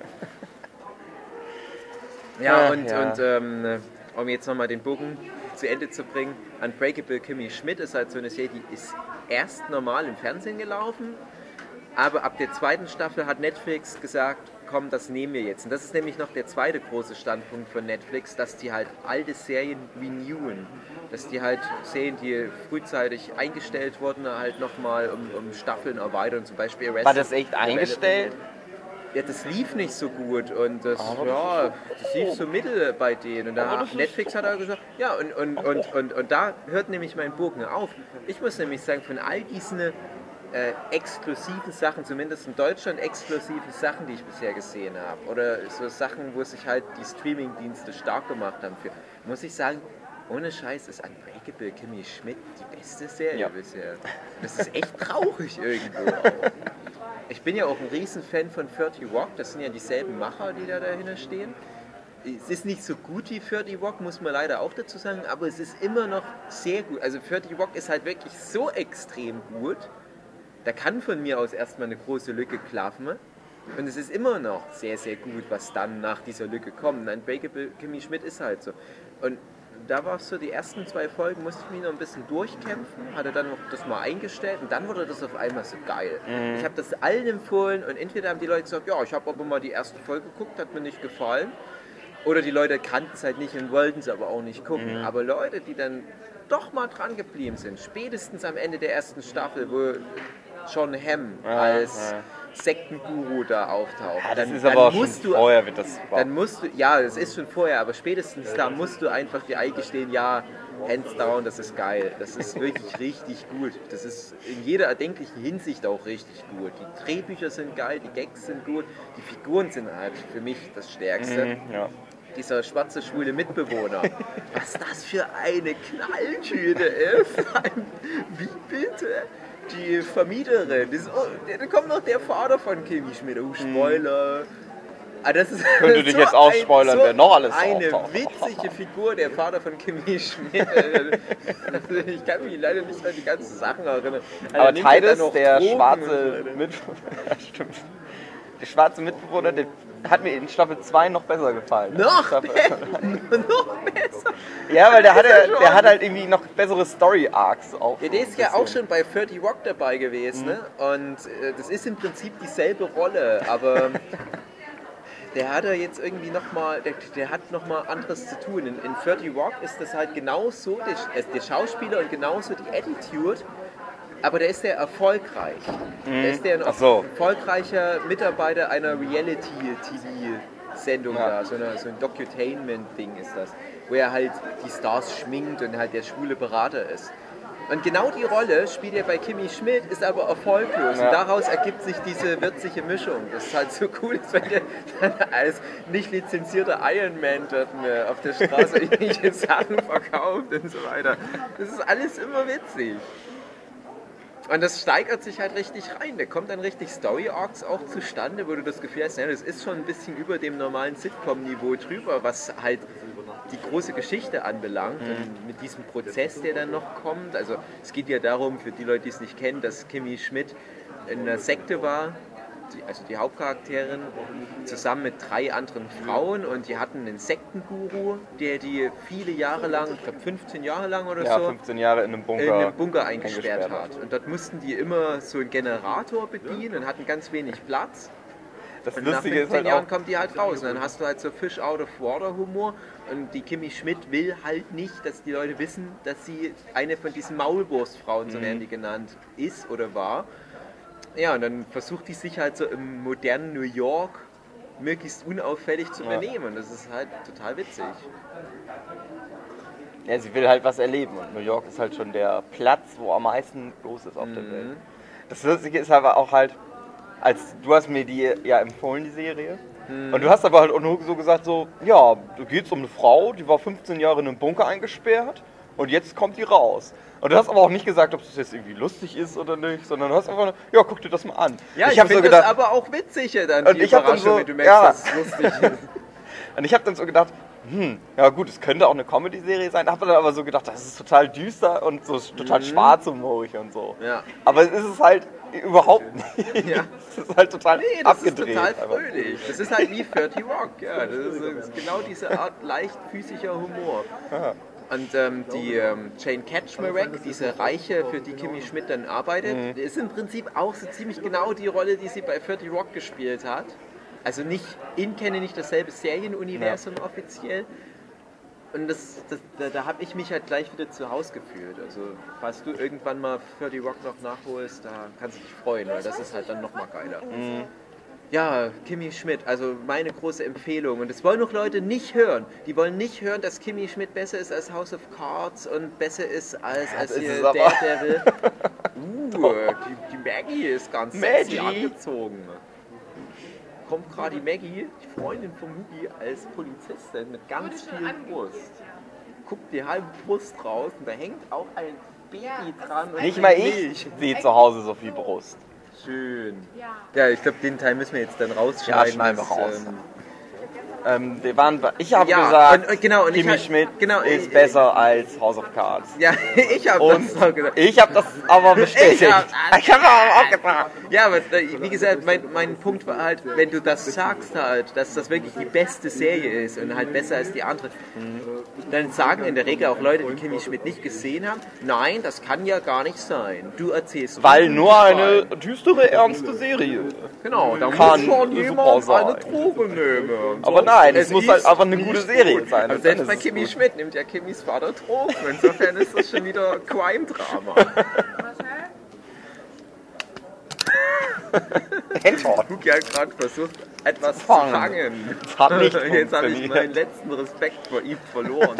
Ja, und, ja. und ähm, um jetzt nochmal den Bogen zu Ende zu bringen, Unbreakable Kimmy Schmidt ist halt so eine Serie, die ist erst normal im Fernsehen gelaufen, aber ab der zweiten Staffel hat Netflix gesagt, komm, das nehmen wir jetzt. Und das ist nämlich noch der zweite große Standpunkt von Netflix, dass die halt alte Serien renewen. Dass die halt Serien, die frühzeitig eingestellt wurden, halt nochmal um, um Staffeln erweitern. Zum Beispiel Arrested. War das echt eingestellt? Ja, das lief nicht so gut und das, ja, das lief so mittel bei denen. Und da Netflix hat er gesagt, ja, und, und, und, und, und da hört nämlich mein Bogen auf. Ich muss nämlich sagen, von all diesen äh, exklusiven Sachen, zumindest in Deutschland exklusive Sachen, die ich bisher gesehen habe, oder so Sachen, wo sich halt die Streaming-Dienste stark gemacht haben für, muss ich sagen, ohne Scheiß ist Unbreakable Kimmy Schmidt die beste Serie ja. bisher. Das ist echt traurig irgendwo auch. Ich bin ja auch ein Riesenfan von thirty Rock, das sind ja dieselben Macher, die da dahinter stehen. Es ist nicht so gut wie thirty Rock, muss man leider auch dazu sagen, aber es ist immer noch sehr gut. Also thirty Rock ist halt wirklich so extrem gut, da kann von mir aus erstmal eine große Lücke klaffen. Und es ist immer noch sehr, sehr gut, was dann nach dieser Lücke kommt. Unbreakable Kimmy Schmidt ist halt so. Und da war es so, die ersten zwei Folgen musste ich mich noch ein bisschen durchkämpfen, hatte dann noch das mal eingestellt und dann wurde das auf einmal so geil. Mhm. Ich habe das allen empfohlen und entweder haben die Leute gesagt, ja, ich habe aber mal die erste Folge geguckt, hat mir nicht gefallen. Oder die Leute kannten es halt nicht und wollten es aber auch nicht gucken. Mhm. Aber Leute, die dann doch mal dran geblieben sind, spätestens am Ende der ersten Staffel, wo John Hamm ja, als ja. Sektenguru da auftaucht. Ja, das dann, ist aber dann auch musst schon du, vorher wird das dann musst du, ja, das ist schon vorher, aber spätestens da musst du einfach dir eingestehen, ja, hands down, das ist geil. Das ist wirklich richtig gut. Das ist in jeder erdenklichen Hinsicht auch richtig gut. Die Drehbücher sind geil, die Gags sind gut, die Figuren sind halt für mich das Stärkste. Mhm, ja. Dieser schwarze, schwule Mitbewohner. Was das für eine Knalltüte ist. Wie bitte? Die Vermieterin. Das ist, oh, da kommt noch der Vater von Kimmy Schmidt. Oh, Spoiler. Ah, das ist Könnte dich so jetzt ausspoilern, so wer noch alles eine auftaucht. witzige Figur, der Vater von Kimmy Schmidt. Ich kann mich leider nicht an die ganzen Sachen erinnern. Also aber Titus, der schwarze Mitbewohner, stimmt. Der schwarze Mitbewohner, der hat mir in Staffel zwei noch besser gefallen. Noch, be- noch besser? Ja, weil der hat, ja, der hat halt irgendwie noch bessere Story-Arcs auch. Ja, der ist ja auch schon bei thirty Rock dabei gewesen, mhm. ne? Und äh, das ist im Prinzip dieselbe Rolle, aber der hat ja jetzt irgendwie nochmal, der, der hat nochmal anderes zu tun. In, in thirty Rock ist das halt genauso, der, der Schauspieler und genauso die Attitude, aber der ist sehr erfolgreich. Mhm. Der ist der ein so. erfolgreicher Mitarbeiter einer Reality-T V-Sendung ja. da, so, eine, so ein Docutainment-Ding ist das, wo er halt die Stars schminkt und halt der schwule Berater ist. Und genau die Rolle spielt er bei Kimmy Schmidt, ist aber erfolglos. Ja. Und daraus ergibt sich diese würzige Mischung. Das ist halt so cool, wenn der dann als nicht lizenzierter Ironman dort auf der Straße irgendwelche Sachen verkauft und so weiter. Das ist alles immer witzig. Und das steigert sich halt richtig rein. Da kommt dann richtig Story-Arcs auch zustande, wo du das Gefühl hast, ja, das ist schon ein bisschen über dem normalen Sitcom-Niveau drüber, was halt die große Geschichte anbelangt. Mhm. Und mit diesem Prozess, der dann noch kommt. Also es geht ja darum, für die Leute, die es nicht kennen, dass Kimmy Schmidt in einer Sekte war, die, also die Hauptcharakterin, zusammen mit drei anderen Frauen, und die hatten einen Sektenguru, der die viele Jahre lang, ich glaube fünfzehn Jahre lang oder ja, so, fünfzehn Jahre in einem Bunker, in einem Bunker eingesperrt, eingesperrt hat. Und dort mussten die immer so einen Generator bedienen und hatten ganz wenig Platz. Das und Lustige nach fünfzehn ist halt Jahren auch, kommen die halt raus. Und dann hast du halt so Fish out of water Humor. Und die Kimmy Schmidt will halt nicht, dass die Leute wissen, dass sie eine von diesen Maulwurfsfrauen, so werden die genannt, ist oder war. Ja, und dann versucht die sich halt so im modernen New York möglichst unauffällig zu benehmen. Und das ist halt total witzig. Ja, sie will halt was erleben. Und New York ist halt schon der Platz, wo am meisten los ist auf mhm. der Welt. Das Lustige ist aber auch halt, als du hast mir die ja empfohlen, die Serie. Mhm. Und du hast aber halt auch nur so gesagt, so, ja, da geht's um eine Frau, die war fünfzehn Jahre in einem Bunker eingesperrt und jetzt kommt die raus. Und du hast aber auch nicht gesagt, ob das jetzt irgendwie lustig ist oder nicht, sondern du hast einfach nur, ja, guck dir das mal an. Ja, ich, ich finde so das aber auch witzig dann, und die ich Überraschung, so, wenn du merkst, ja. dass es lustig ist. Und ich habe dann so gedacht, hm, ja gut, es könnte auch eine Comedy-Serie sein, habe dann aber so gedacht, das ist total düster und so total mhm. schwarzhumorig und so. Ja. Aber es ist halt überhaupt nicht. Ja. Es ist halt total nee, das abgedreht. Das ist total fröhlich. Das ist halt wie thirty Rock, ja. Das ist, das ist genau diese Art leicht physischer Humor. Aha. Und ähm, die ähm, Jane Kaczmarek, diese Reiche, für die Kimmy Schmidt dann arbeitet, mhm. ist im Prinzip auch so ziemlich genau die Rolle, die sie bei thirty Rock gespielt hat. Also nicht, in kenne nicht dasselbe Serienuniversum ja. offiziell. Und das, das, da, da habe ich mich halt gleich wieder zu Hause gefühlt. Also falls du irgendwann mal thirty Rock noch nachholst, da kannst du dich freuen, weil das ist halt dann nochmal geiler. Mhm. Ja, Kimmy Schmidt, also meine große Empfehlung. Und das wollen noch Leute nicht hören. Die wollen nicht hören, dass Kimmy Schmidt besser ist als House of Cards und besser ist als, als das hier ist Daredevil. uh, die, die Maggie ist ganz sexy angezogen. Kommt gerade die Maggie, die Freundin von Mugi, als Polizistin mit ganz viel Brust. Guckt die halbe Brust raus und da hängt auch ein Baby dran. Und nicht mal ich sehe zu Hause so viel Brust. Schön. Ja, ich glaube, den Teil müssen wir jetzt dann rausschneiden. Ja, schneiden wir raus. Ähm, ähm, wir waren, ich habe ja, gesagt, und, genau, und Kimmy ich, Schmidt genau, ist ich, besser als House of Cards. Ja, ich habe das auch gesagt. Ich habe das aber bestätigt. Ich habe hab auch gesagt. Ja, aber wie gesagt, mein, mein Punkt war halt, wenn du das sagst halt, dass das wirklich die beste Serie ist und halt besser als die andere, mhm. dann sagen in der Regel auch Leute, die Kimmy Schmidt nicht gesehen haben, nein, das kann ja gar nicht sein. Du erzählst Weil nur eine düstere, ernste Serie. Genau, da kann muss schon jemand eine Droge nehmen. Aber nein, es, es muss halt einfach eine gute Serie gut. sein. Aber selbst bei Kimmy Schmidt nimmt ja Kimmys Vater Drogen. Insofern ist das schon wieder Crime-Drama. Huki hat gerade versucht, etwas Fangen. zu fangen. Das hat nicht Jetzt habe ich meinen letzten Respekt vor ihm verloren.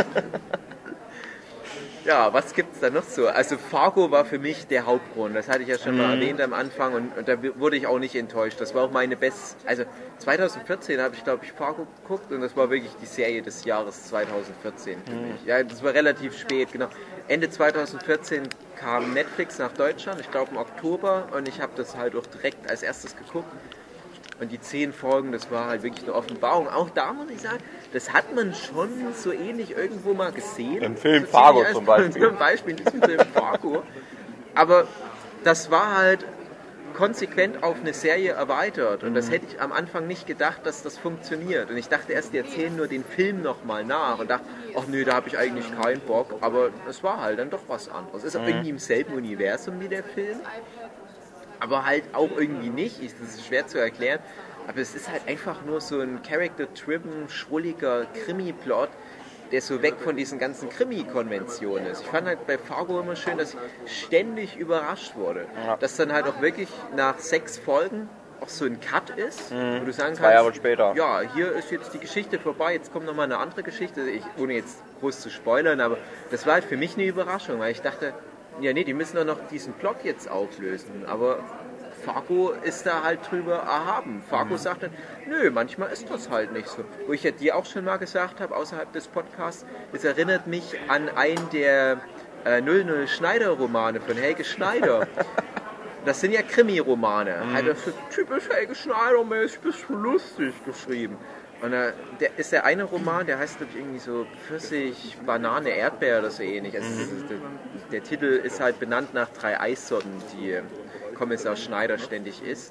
Ja, was gibt's da noch so? Also Fargo war für mich der Hauptgrund, das hatte ich ja schon mhm. mal erwähnt am Anfang und, und da wurde ich auch nicht enttäuscht. Das war auch meine best... Also zwanzig vierzehn habe ich, glaube ich, Fargo geguckt und das war wirklich die Serie des Jahres zwanzig vierzehn für mich. Ja, das war relativ spät, genau. Ende zwanzig vierzehn kam Netflix nach Deutschland, ich glaube im Oktober, und ich habe das halt auch direkt als erstes geguckt. Und die zehn Folgen, das war halt wirklich eine Offenbarung. Auch da muss ich sagen, das hat man schon so ähnlich irgendwo mal gesehen. Im Film so Fargo zum Beispiel. Zum Beispiel in diesem Film Fargo. Aber das war halt konsequent auf eine Serie erweitert. Und das hätte ich am Anfang nicht gedacht, dass das funktioniert. Und ich dachte erst, die erzählen nur den Film nochmal nach und dachte, ach nö, da habe ich eigentlich keinen Bock. Aber es war halt dann doch was anderes. Es ist auch irgendwie im selben Universum wie der Film, aber halt auch irgendwie nicht. Das ist schwer zu erklären. Aber es ist halt einfach nur so ein character-driven, schrulliger Krimi-Plot, der so weg von diesen ganzen Krimi-Konventionen ist. Ich fand halt bei Fargo immer schön, dass ich ständig überrascht wurde. Ja. Dass dann halt auch wirklich nach sechs Folgen auch so ein Cut ist, mhm. wo du sagen kannst, zwei Jahre später. Ja, hier ist jetzt die Geschichte vorbei, jetzt kommt nochmal eine andere Geschichte, ich, ohne jetzt groß zu spoilern, aber das war halt für mich eine Überraschung, weil ich dachte, ja nee, die müssen doch noch diesen Plot jetzt auflösen, aber Fargo ist da halt drüber erhaben. Fargo mhm. sagt dann, nö, manchmal ist das halt nicht so. Wo ich ja dir auch schon mal gesagt habe, außerhalb des Podcasts, es erinnert mich an einen der äh, null null Schneider-Romane von Helge Schneider. Das sind ja Krimi-Romane. Mhm. Halt so typisch Helge Schneider-mäßig, bisschen lustig geschrieben. Und äh, der ist der eine Roman, der heißt glaube ich irgendwie so Pfirsich, Banane, Erdbeer oder so ähnlich. Also mhm. der, der Titel ist halt benannt nach drei Eissorten, die Kommissar Schneider ständig isst.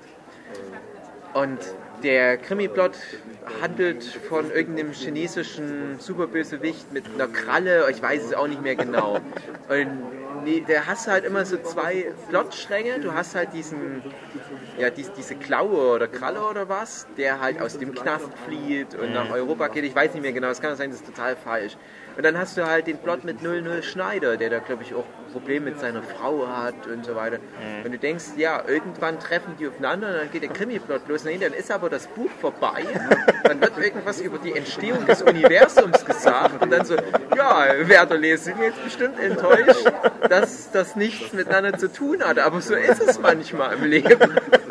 Und der Krimi-Plot handelt von irgendeinem chinesischen Superbösewicht mit einer Kralle, ich weiß es auch nicht mehr genau. Und nee, da hast du halt immer so zwei Plotstränge. Du hast halt diesen, ja, die, diese Klaue oder Kralle oder was, der halt aus dem Knast flieht und nach Europa geht. Ich weiß nicht mehr genau, es kann sein, das ist total falsch. Und dann hast du halt den Plot mit null null Schneider, der da, glaube ich, auch Probleme mit seiner Frau hat und so weiter. Mhm. Und du denkst, ja, irgendwann treffen die aufeinander und dann geht der Krimi-Plot los. Und dann ist aber das Buch vorbei. Dann wird irgendwas über die Entstehung des Universums gesagt. Und dann so, ja, Wertherleser sind jetzt bestimmt enttäuscht, dass das nichts miteinander zu tun hat. Aber so ist es manchmal im Leben.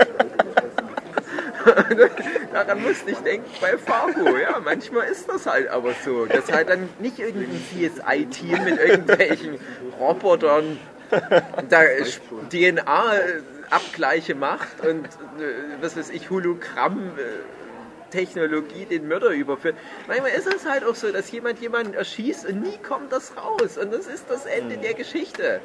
Daran musste ich denken bei Fargo, ja, manchmal ist das halt aber so, dass halt dann nicht irgendein C S I-Team mit irgendwelchen Robotern da D N A-Abgleiche macht und was weiß ich, Hologramm-Technologie den Mörder überführt. Manchmal ist es halt auch so, dass jemand jemanden erschießt und nie kommt das raus und das ist das Ende der Geschichte.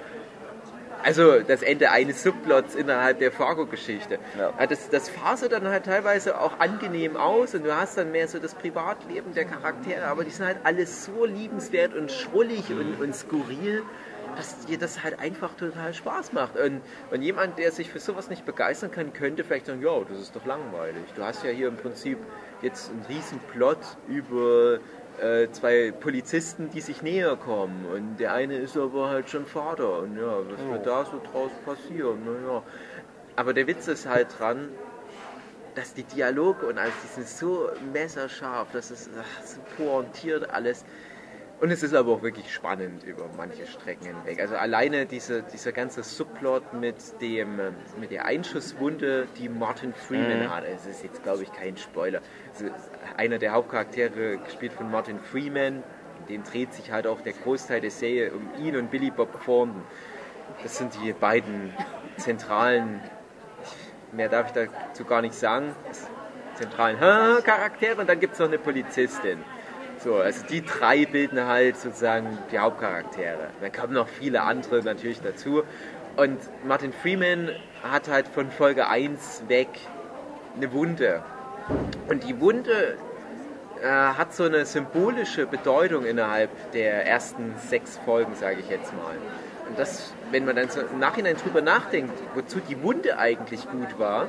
Also das Ende eines Subplots innerhalb der Fargo-Geschichte. Ja. Das, das fasert dann halt teilweise auch angenehm aus und du hast dann mehr so das Privatleben der Charaktere, aber die sind halt alles so liebenswert und schrullig und, und skurril, dass dir das halt einfach total Spaß macht. Und, und jemand, der sich für sowas nicht begeistern kann, könnte vielleicht sagen, ja, das ist doch langweilig. Du hast ja hier im Prinzip jetzt einen riesen Plot über zwei Polizisten, die sich näher kommen und der eine ist aber halt schon Vater und ja, was wird da so draus passieren? Naja. Aber der Witz ist halt dran, dass die Dialoge und alles, die sind so messerscharf, das ist ach, so pointiert alles und es ist aber auch wirklich spannend über manche Strecken hinweg. Also alleine diese, dieser ganze Subplot mit, dem, mit der Einschusswunde, die Martin Freeman mhm. hat, es ist jetzt glaube ich kein Spoiler, also einer der Hauptcharaktere gespielt von Martin Freeman, in dem dreht sich halt auch der Großteil der Serie um ihn und Billy Bob Thornton. Das sind die beiden zentralen, mehr darf ich dazu gar nicht sagen, zentralen Charaktere und dann gibt es noch eine Polizistin. So, also die drei bilden halt sozusagen die Hauptcharaktere. Dann kommen noch viele andere natürlich dazu. Und Martin Freeman hat halt von Folge eins weg eine Wunde. Und die Wunde äh, hat so eine symbolische Bedeutung innerhalb der ersten sechs Folgen, sage ich jetzt mal. Und das, wenn man dann so im Nachhinein drüber nachdenkt, wozu die Wunde eigentlich gut war,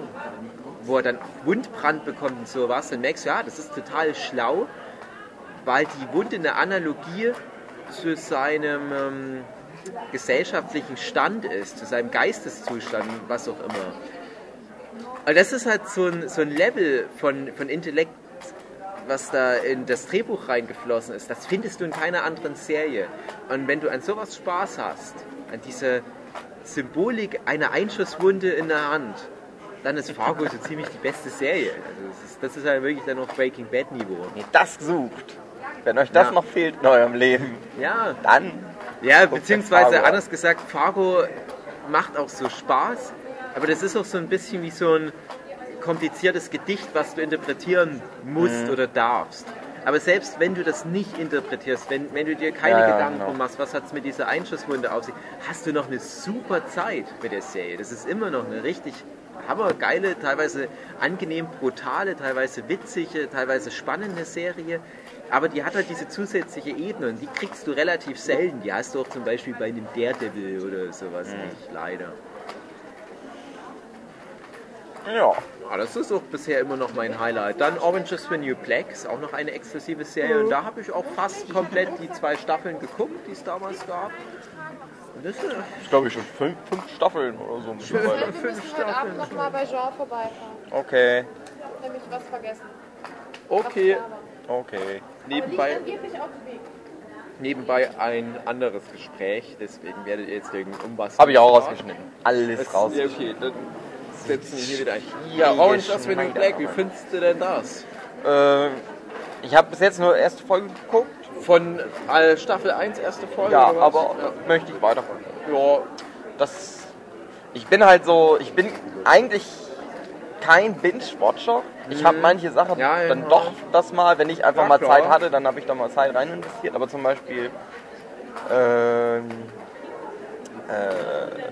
wo er dann auch Wundbrand bekommt und sowas, dann merkst du, ja, das ist total schlau, weil die Wunde eine Analogie zu seinem ähm, gesellschaftlichen Stand ist, zu seinem Geisteszustand, was auch immer. Und das ist halt so ein, so ein Level von, von Intellekt, was da in das Drehbuch reingeflossen ist. Das findest du in keiner anderen Serie. Und wenn du an sowas Spaß hast, an diese Symbolik einer Einschusswunde in der Hand, dann ist Fargo so ziemlich die beste Serie. Also das ist, das ist halt wirklich dann noch Breaking Bad Niveau. Wenn ihr das sucht, wenn euch das ja. noch fehlt in eurem Leben, ja. dann... Ja, beziehungsweise anders gesagt, Fargo macht auch so Spaß, aber das ist auch so ein bisschen wie so ein kompliziertes Gedicht, was du interpretieren musst mhm. oder darfst. Aber selbst wenn du das nicht interpretierst, wenn, wenn du dir keine Ja, ja, Gedanken genau. machst, was hat es mit dieser Einschusswunde auf sich, hast du noch eine super Zeit mit der Serie. Das ist immer noch eine richtig hammergeile, teilweise angenehm brutale, teilweise witzige, teilweise spannende Serie. Aber die hat halt diese zusätzliche Ebene und die kriegst du relativ selten. Die hast du auch zum Beispiel bei einem Daredevil oder sowas Mhm. nicht, leider. Ja. Ja, das ist auch bisher immer noch mein Highlight. Dann Orange is the New Black, ist auch noch eine exklusive Serie. Und da habe ich auch fast komplett die zwei Staffeln geguckt, die es damals gab. Und das ist Ich glaube, ich schon fünf, fünf Staffeln oder so mittlerweile. Wir müssen heute Abend noch mal bei Jean vorbeifahren. Okay, Nämlich was vergessen. okay. okay. Nebenbei, Angeblich auf dem Weg. nebenbei ein anderes Gespräch, deswegen werdet ihr jetzt irgendein um was. Habe ich auch rausgeschnitten. Alles Das, raus. ja, okay, dann setzen wir hier wieder ein. Ja, Ja, Orange is the New Schneider. Black, wie findest du denn das? Äh, ich habe bis jetzt nur erste Folge geguckt. Von äh, Staffel eins, erste Folge? Ja, oder was? aber möchte ich weiter. Ja, Das, ich bin halt so, ich bin eigentlich kein Binge-Watcher. Ich habe manche Sachen Ja, ja, dann ja. doch das mal, wenn ich einfach Ja, mal klar. Zeit hatte, dann habe ich da mal Zeit rein investiert. Aber zum Beispiel, ähm, äh,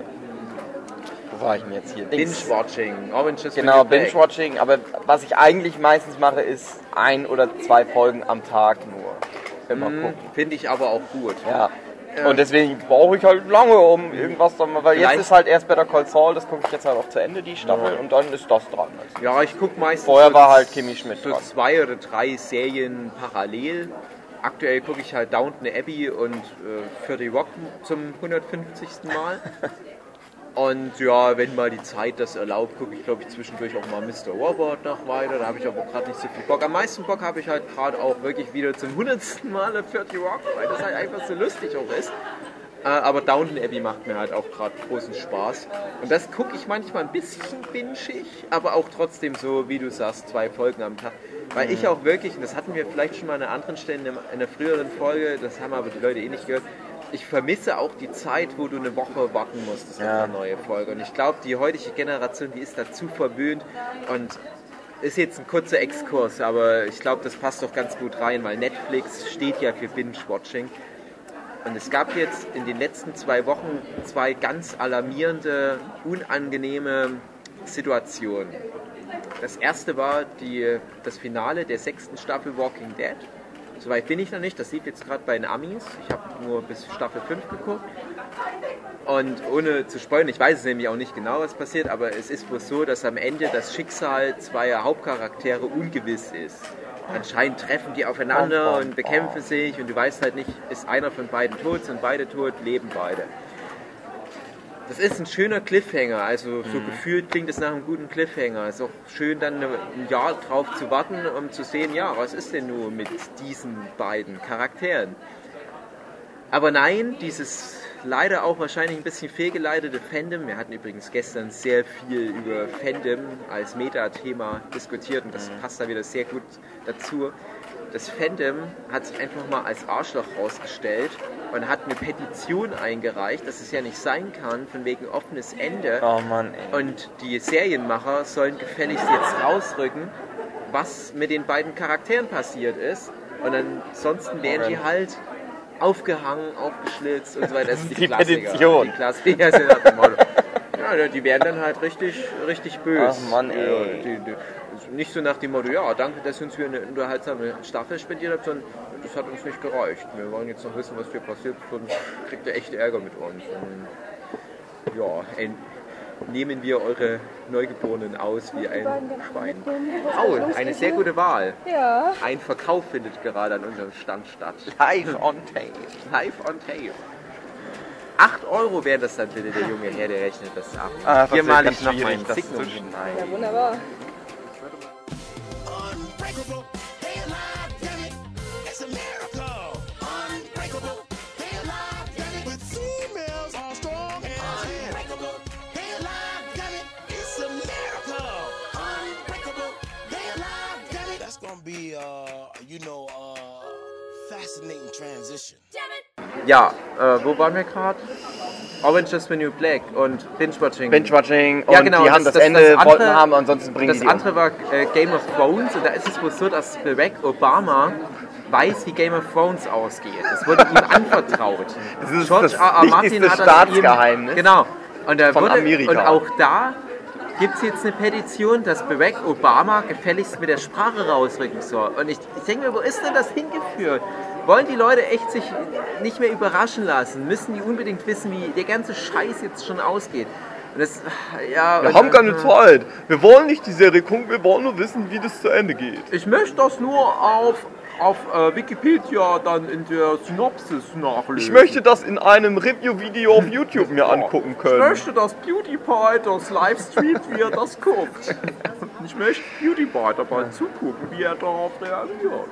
wo war ich denn jetzt hier? Dings. Binge-Watching. Orange is the Genau, New Black. Binge-Watching. Aber was ich eigentlich meistens mache, ist ein oder zwei Folgen am Tag nur immer Mhm, gucken. finde ich aber auch gut. Ja. Und deswegen brauche ich halt lange, um irgendwas dann mal, weil jetzt Vielleicht- ist halt erst Better Call Saul, das gucke ich jetzt halt auch zu Ende, die Staffel, und dann ist das dran. Also. Ja, ich gucke meistens Vorher so war halt Kimi Schmidt so dran. zwei oder drei Serien parallel. Aktuell gucke ich halt Downton Abbey und äh, thirty Rock zum hundertfünfzigsten Mal. Und ja, wenn mal die Zeit das erlaubt, gucke ich glaube ich zwischendurch auch mal Mister Robot noch weiter. Da habe ich aber gerade nicht so viel Bock. Am meisten Bock habe ich halt gerade auch wirklich wieder zum hundertsten Mal auf thirty Rock, weil das halt einfach so lustig auch ist. Äh, aber Downton Abbey macht mir halt auch gerade großen Spaß. Und das gucke ich manchmal ein bisschen bingeig, aber auch trotzdem so, wie du sagst, zwei Folgen am Tag. Weil ich auch wirklich, und das hatten wir vielleicht schon mal an einer anderen Stelle in einer- in einer früheren Folge, das haben aber die Leute eh nicht gehört, ich vermisse auch die Zeit, wo du eine Woche warten musstest auf Ja. eine neue Folge. Und ich glaube, die heutige Generation, die ist dazu verwöhnt und ist jetzt ein kurzer Exkurs, aber ich glaube, das passt doch ganz gut rein, weil Netflix steht ja für Binge-Watching. Und es gab jetzt in den letzten zwei Wochen zwei ganz alarmierende, unangenehme Situationen. Das erste war die, das Finale der sechsten Staffel Walking Dead. Soweit bin ich noch nicht, das lief jetzt gerade bei den Amis. Ich habe nur bis Staffel fünf geguckt. Und ohne zu spoilern, ich weiß es nämlich auch nicht genau, was passiert, aber es ist wohl so, dass am Ende das Schicksal zweier Hauptcharaktere ungewiss ist. Anscheinend treffen die aufeinander und bekämpfen sich und du weißt halt nicht, ist einer von beiden tot, sind beide tot, leben beide. Das ist ein schöner Cliffhanger, also so gefühlt klingt es nach einem guten Cliffhanger. Es ist auch schön, dann ein Jahr drauf zu warten, um zu sehen, ja, was ist denn nur mit diesen beiden Charakteren? Aber nein, dieses leider auch wahrscheinlich ein bisschen fehlgeleitete Fandom, wir hatten übrigens gestern sehr viel über Fandom als Metathema diskutiert und das passt da wieder sehr gut dazu. Das Fandom hat sich einfach mal als Arschloch rausgestellt und hat eine Petition eingereicht, dass es ja nicht sein kann, von wegen offenes Ende. Oh Mann, ey. Und die Serienmacher sollen gefälligst jetzt rausrücken, was mit den beiden Charakteren passiert ist. Und ansonsten werden die halt aufgehangen, aufgeschlitzt und so weiter. Das ist die, Die Klassiker. Petition. Die Klassiker sind nach dem Motto. Ja, die werden dann halt richtig, richtig böse. Ach Mann, ey. Ja, die, die, nicht so nach dem Motto, ja, danke, dass ihr uns für eine unterhaltsame Staffel spendiert habt, sondern das hat uns nicht gereicht. Wir wollen jetzt noch wissen, was hier passiert, sonst kriegt ihr echt Ärger mit uns. Und, ja, ey, nehmen wir eure Neugeborenen aus wie ein Schwein. Oh, eine sehr gute Wahl. Ja. Ein Verkauf findet gerade an unserem Stand statt. Live on tape. Live on tape. acht Euro wäre das dann bitte, der junge Herr, der rechnet das ab. Ah, Hier das mal wird ich ganz noch schwierig, meinen das Signum zu hin. schneiden. Wunderbar. Unbreakable, they alive, damn it, it's a miracle. Unbreakable, they alive, damn it, with females all strong and unbreakable, they alive, damn it, it's a miracle. Unbreakable, they alive, damn it. That's gonna be, uh, you know, uh, fascinating transition. Ja, äh, wo waren wir gerade? Orange is the New Black und Binge-Watching. Binge-Watching und Ja, genau, die haben das- das, das- Ende, das andere- wollten haben, ansonsten bringen Das die die um. andere war äh, Game of Thrones und da ist es wohl so, dass Barack Obama weiß, wie Game of Thrones ausgeht. Das wurde ihm anvertraut. Das ist George das R. R. Martin wichtigste hat das Staatsgeheimnis ihm, genau. Und, da von wurde, Amerika. und auch da gibt es jetzt eine Petition, dass Barack Obama gefälligst mit der Sprache rausrücken soll. Und ich, ich denke mir, wo ist denn das hingeführt? Wollen die Leute echt sich nicht mehr überraschen lassen? Müssen die unbedingt wissen, wie der ganze Scheiß jetzt schon ausgeht? Und das, ja, Wir und, haben keine äh, Zeit. Wir wollen nicht die Serie gucken, wir wollen nur wissen, wie das zu Ende geht. Ich möchte das nur auf, auf äh, Wikipedia dann in der Synopsis nachlesen. Ich möchte das in einem Review-Video auf YouTube mir angucken Ich können. möchte, dass PewDiePie das live streamt, wie er das guckt. Ich möchte PewDiePie dabei zugucken, wie er darauf reagiert.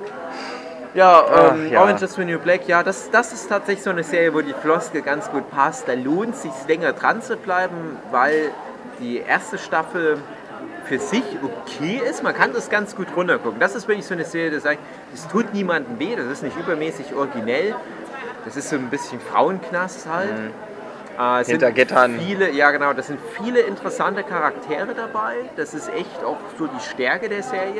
Ja, ähm, Ach, ja. Orange is the New Black, ja, das, das ist tatsächlich so eine Serie, wo die Floskel ganz gut passt. Da lohnt es sich länger dran zu bleiben, weil die erste Staffel für sich okay ist. Man kann das ganz gut runtergucken. Das ist wirklich so eine Serie, die sagt, es tut niemandem weh, das ist nicht übermäßig originell. Das ist so ein bisschen Frauenknast halt. Äh, es Hinter sind Gittern. Viele, ja genau, das sind viele interessante Charaktere dabei. Das ist echt auch so die Stärke der Serie.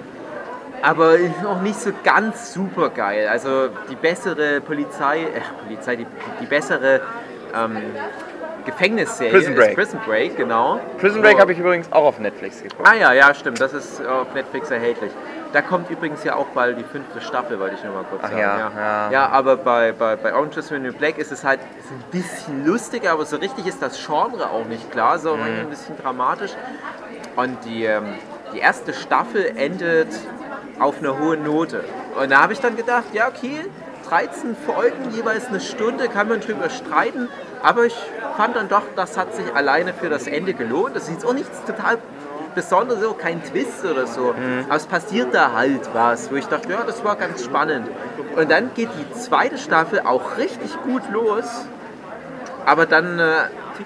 Aber noch nicht so ganz super geil. Also die bessere Polizei, äh, Polizei, die, die bessere ähm, Gefängnisserie Prison Break. ist Prison Break, genau. Prison Break habe ich übrigens auch auf Netflix geguckt. Ah ja, ja, stimmt, das ist auf Netflix erhältlich. Da kommt übrigens ja auch bald die fünfte Staffel, wollte ich nur mal kurz Ach sagen. ja, ja. ja. ja aber bei, bei, bei Orange is the New Black ist es halt ist ein bisschen lustiger, aber so richtig ist das Genre auch nicht klar, so Mhm. ein bisschen dramatisch. Und die, ähm, die erste Staffel endet auf einer hohen Note. Und da habe ich dann gedacht, ja okay, dreizehn Folgen, jeweils eine Stunde, kann man drüber streiten, aber ich fand dann doch, das hat sich alleine für das Ende gelohnt. Das ist jetzt auch nichts total Besonderes, auch kein Twist oder so, aber es passiert da halt was, wo ich dachte, ja, das war ganz spannend. Und dann geht die zweite Staffel auch richtig gut los, aber dann äh,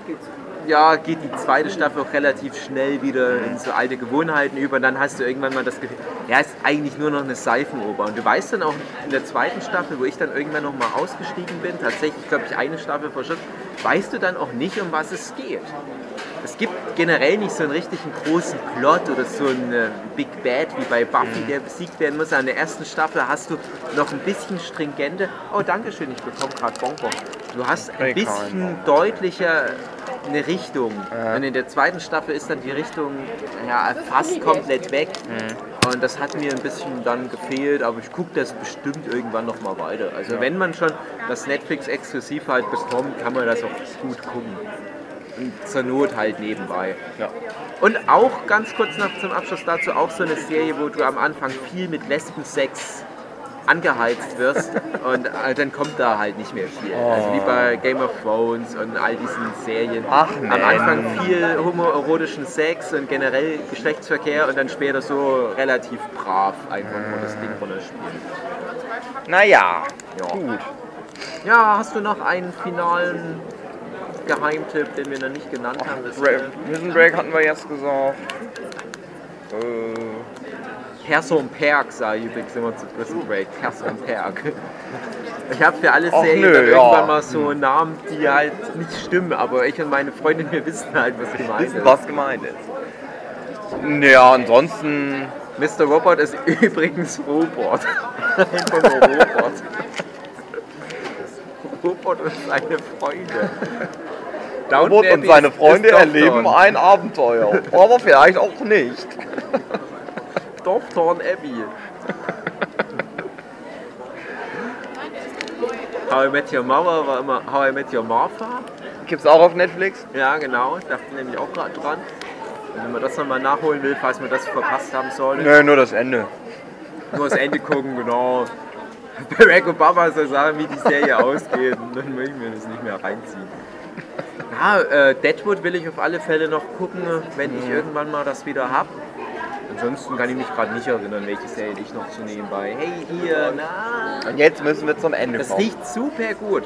ja, geht die zweite Staffel auch relativ schnell wieder in so alte Gewohnheiten über und dann hast du irgendwann mal das Gefühl, ja, ist eigentlich nur noch eine Seifenoper. Und du weißt dann auch in der zweiten Staffel, wo ich dann irgendwann noch mal ausgestiegen bin, tatsächlich, glaube ich, eine Staffel vor Schritt, weißt du dann auch nicht, um was es geht. Es gibt generell nicht so einen richtigen großen Plot oder so einen äh, Big Bad wie bei Buffy, der besiegt werden muss. In der ersten Staffel hast du noch ein bisschen stringente, oh dankeschön, ich bekomme gerade Bonbon. Du hast ein bisschen deutlicher eine Richtung. Und in der zweiten Staffel ist dann die Richtung ja, fast komplett weg. Und das hat mir ein bisschen dann gefehlt, aber ich gucke das bestimmt irgendwann noch mal weiter. Also wenn man schon das Netflix-Exklusiv halt bekommt, kann man das auch gut gucken. Und zur Not halt nebenbei. Ja. Und auch ganz kurz noch zum Abschluss dazu auch so eine Serie, wo du am Anfang viel mit Lesbensex angeheizt wirst und äh, dann kommt da halt nicht mehr viel. Oh. Also wie bei Game of Thrones und all diesen Serien. Ach, Am nein. Anfang viel homoerotischen Sex und generell Geschlechtsverkehr und dann später so relativ brav einfach nur das Ding runterspielen. Naja, Ja. gut. Ja, hast du noch einen finalen Geheimtipp, den wir noch nicht genannt haben? Das Bra- Prison Break hatten wir jetzt gesagt. Äh, Person Perk sage ich übrigens immer zu Prison Break. Person Perk. Ich habe für alle Ach, Serien nö, dann ja. irgendwann mal so Namen, die halt nicht stimmen, aber ich und meine Freundin, wir wissen halt, was gemeint wissen, ist. was gemeint ist. Ja, ansonsten. Mister Robot ist übrigens Robot. Einfach nur Robot. Robot und seine Freunde. Downton Robot und Abbey seine ist- Freunde ist erleben Dofton. ein Abenteuer. Aber vielleicht auch nicht. Dofton Abbey. How I Met Your Mother war immer How I Met Your Martha. Gibt's auch auf Netflix? Ja, genau. Ich dachte nämlich auch gerade dran. Und wenn man das nochmal nachholen will, falls man das verpasst haben sollte, Nö, nur das Ende. nur das Ende gucken, genau. Barack Obama soll sagen, wie die Serie ausgeht. Und dann möchte ich mir das nicht mehr reinziehen. Ja, äh, Deadwood will ich auf alle Fälle noch gucken, wenn ich irgendwann mal das wieder habe. Ansonsten kann ich mich gerade nicht erinnern, welche Serie ich noch zu nebenbei. Hey, hier, na. Und jetzt müssen wir zum Ende Das kommen. riecht super gut.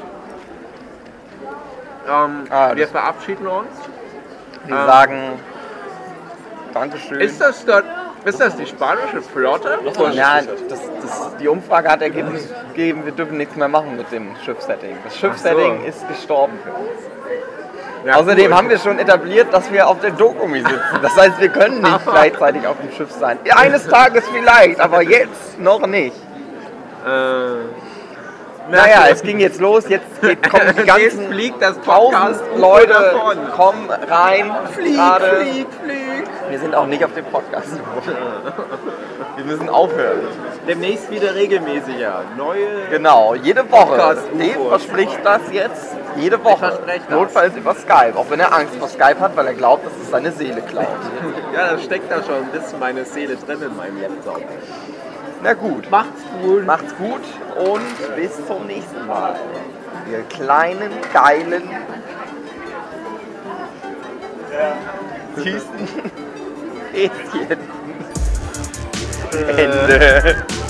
Ähm, Ah, wir das- verabschieden uns. Wir ähm, sagen Dankeschön. Ist das, dort, ist das die spanische Flotte? Ja, das, das, die Umfrage hat ergeben, gegeben, wir dürfen nichts mehr machen mit dem Schiffssetting. Das Schiffssetting so. ist gestorben für uns. Ja, Außerdem cool. haben wir schon etabliert, dass wir auf der Dokumi sitzen. Das heißt, wir können nicht gleichzeitig auf dem Schiff sein. Eines Tages vielleicht, aber jetzt noch nicht. Äh, Naja, es ging jetzt los, jetzt geht, kommen die ganzen jetzt fliegt das tausend Podcast Leute, davon. kommen rein. Flieg, gerade. flieg, flieg. Wir sind auch nicht auf dem Podcast. Wir müssen aufhören. Demnächst wieder regelmäßiger. Neue. Genau, jede Woche. Podcast Dave U F O. verspricht das jetzt. Jede Woche. verspreche das. Notfalls über Skype. Auch wenn er Angst vor Skype hat, weil er glaubt, dass es seine Seele klaut. Ja, da steckt da schon ein bisschen meine Seele drin in meinem Laptop. Na gut. Macht's gut. Macht's gut und bis zum nächsten Mal. Ihr kleinen, geilen, süßen Häschen. Ende.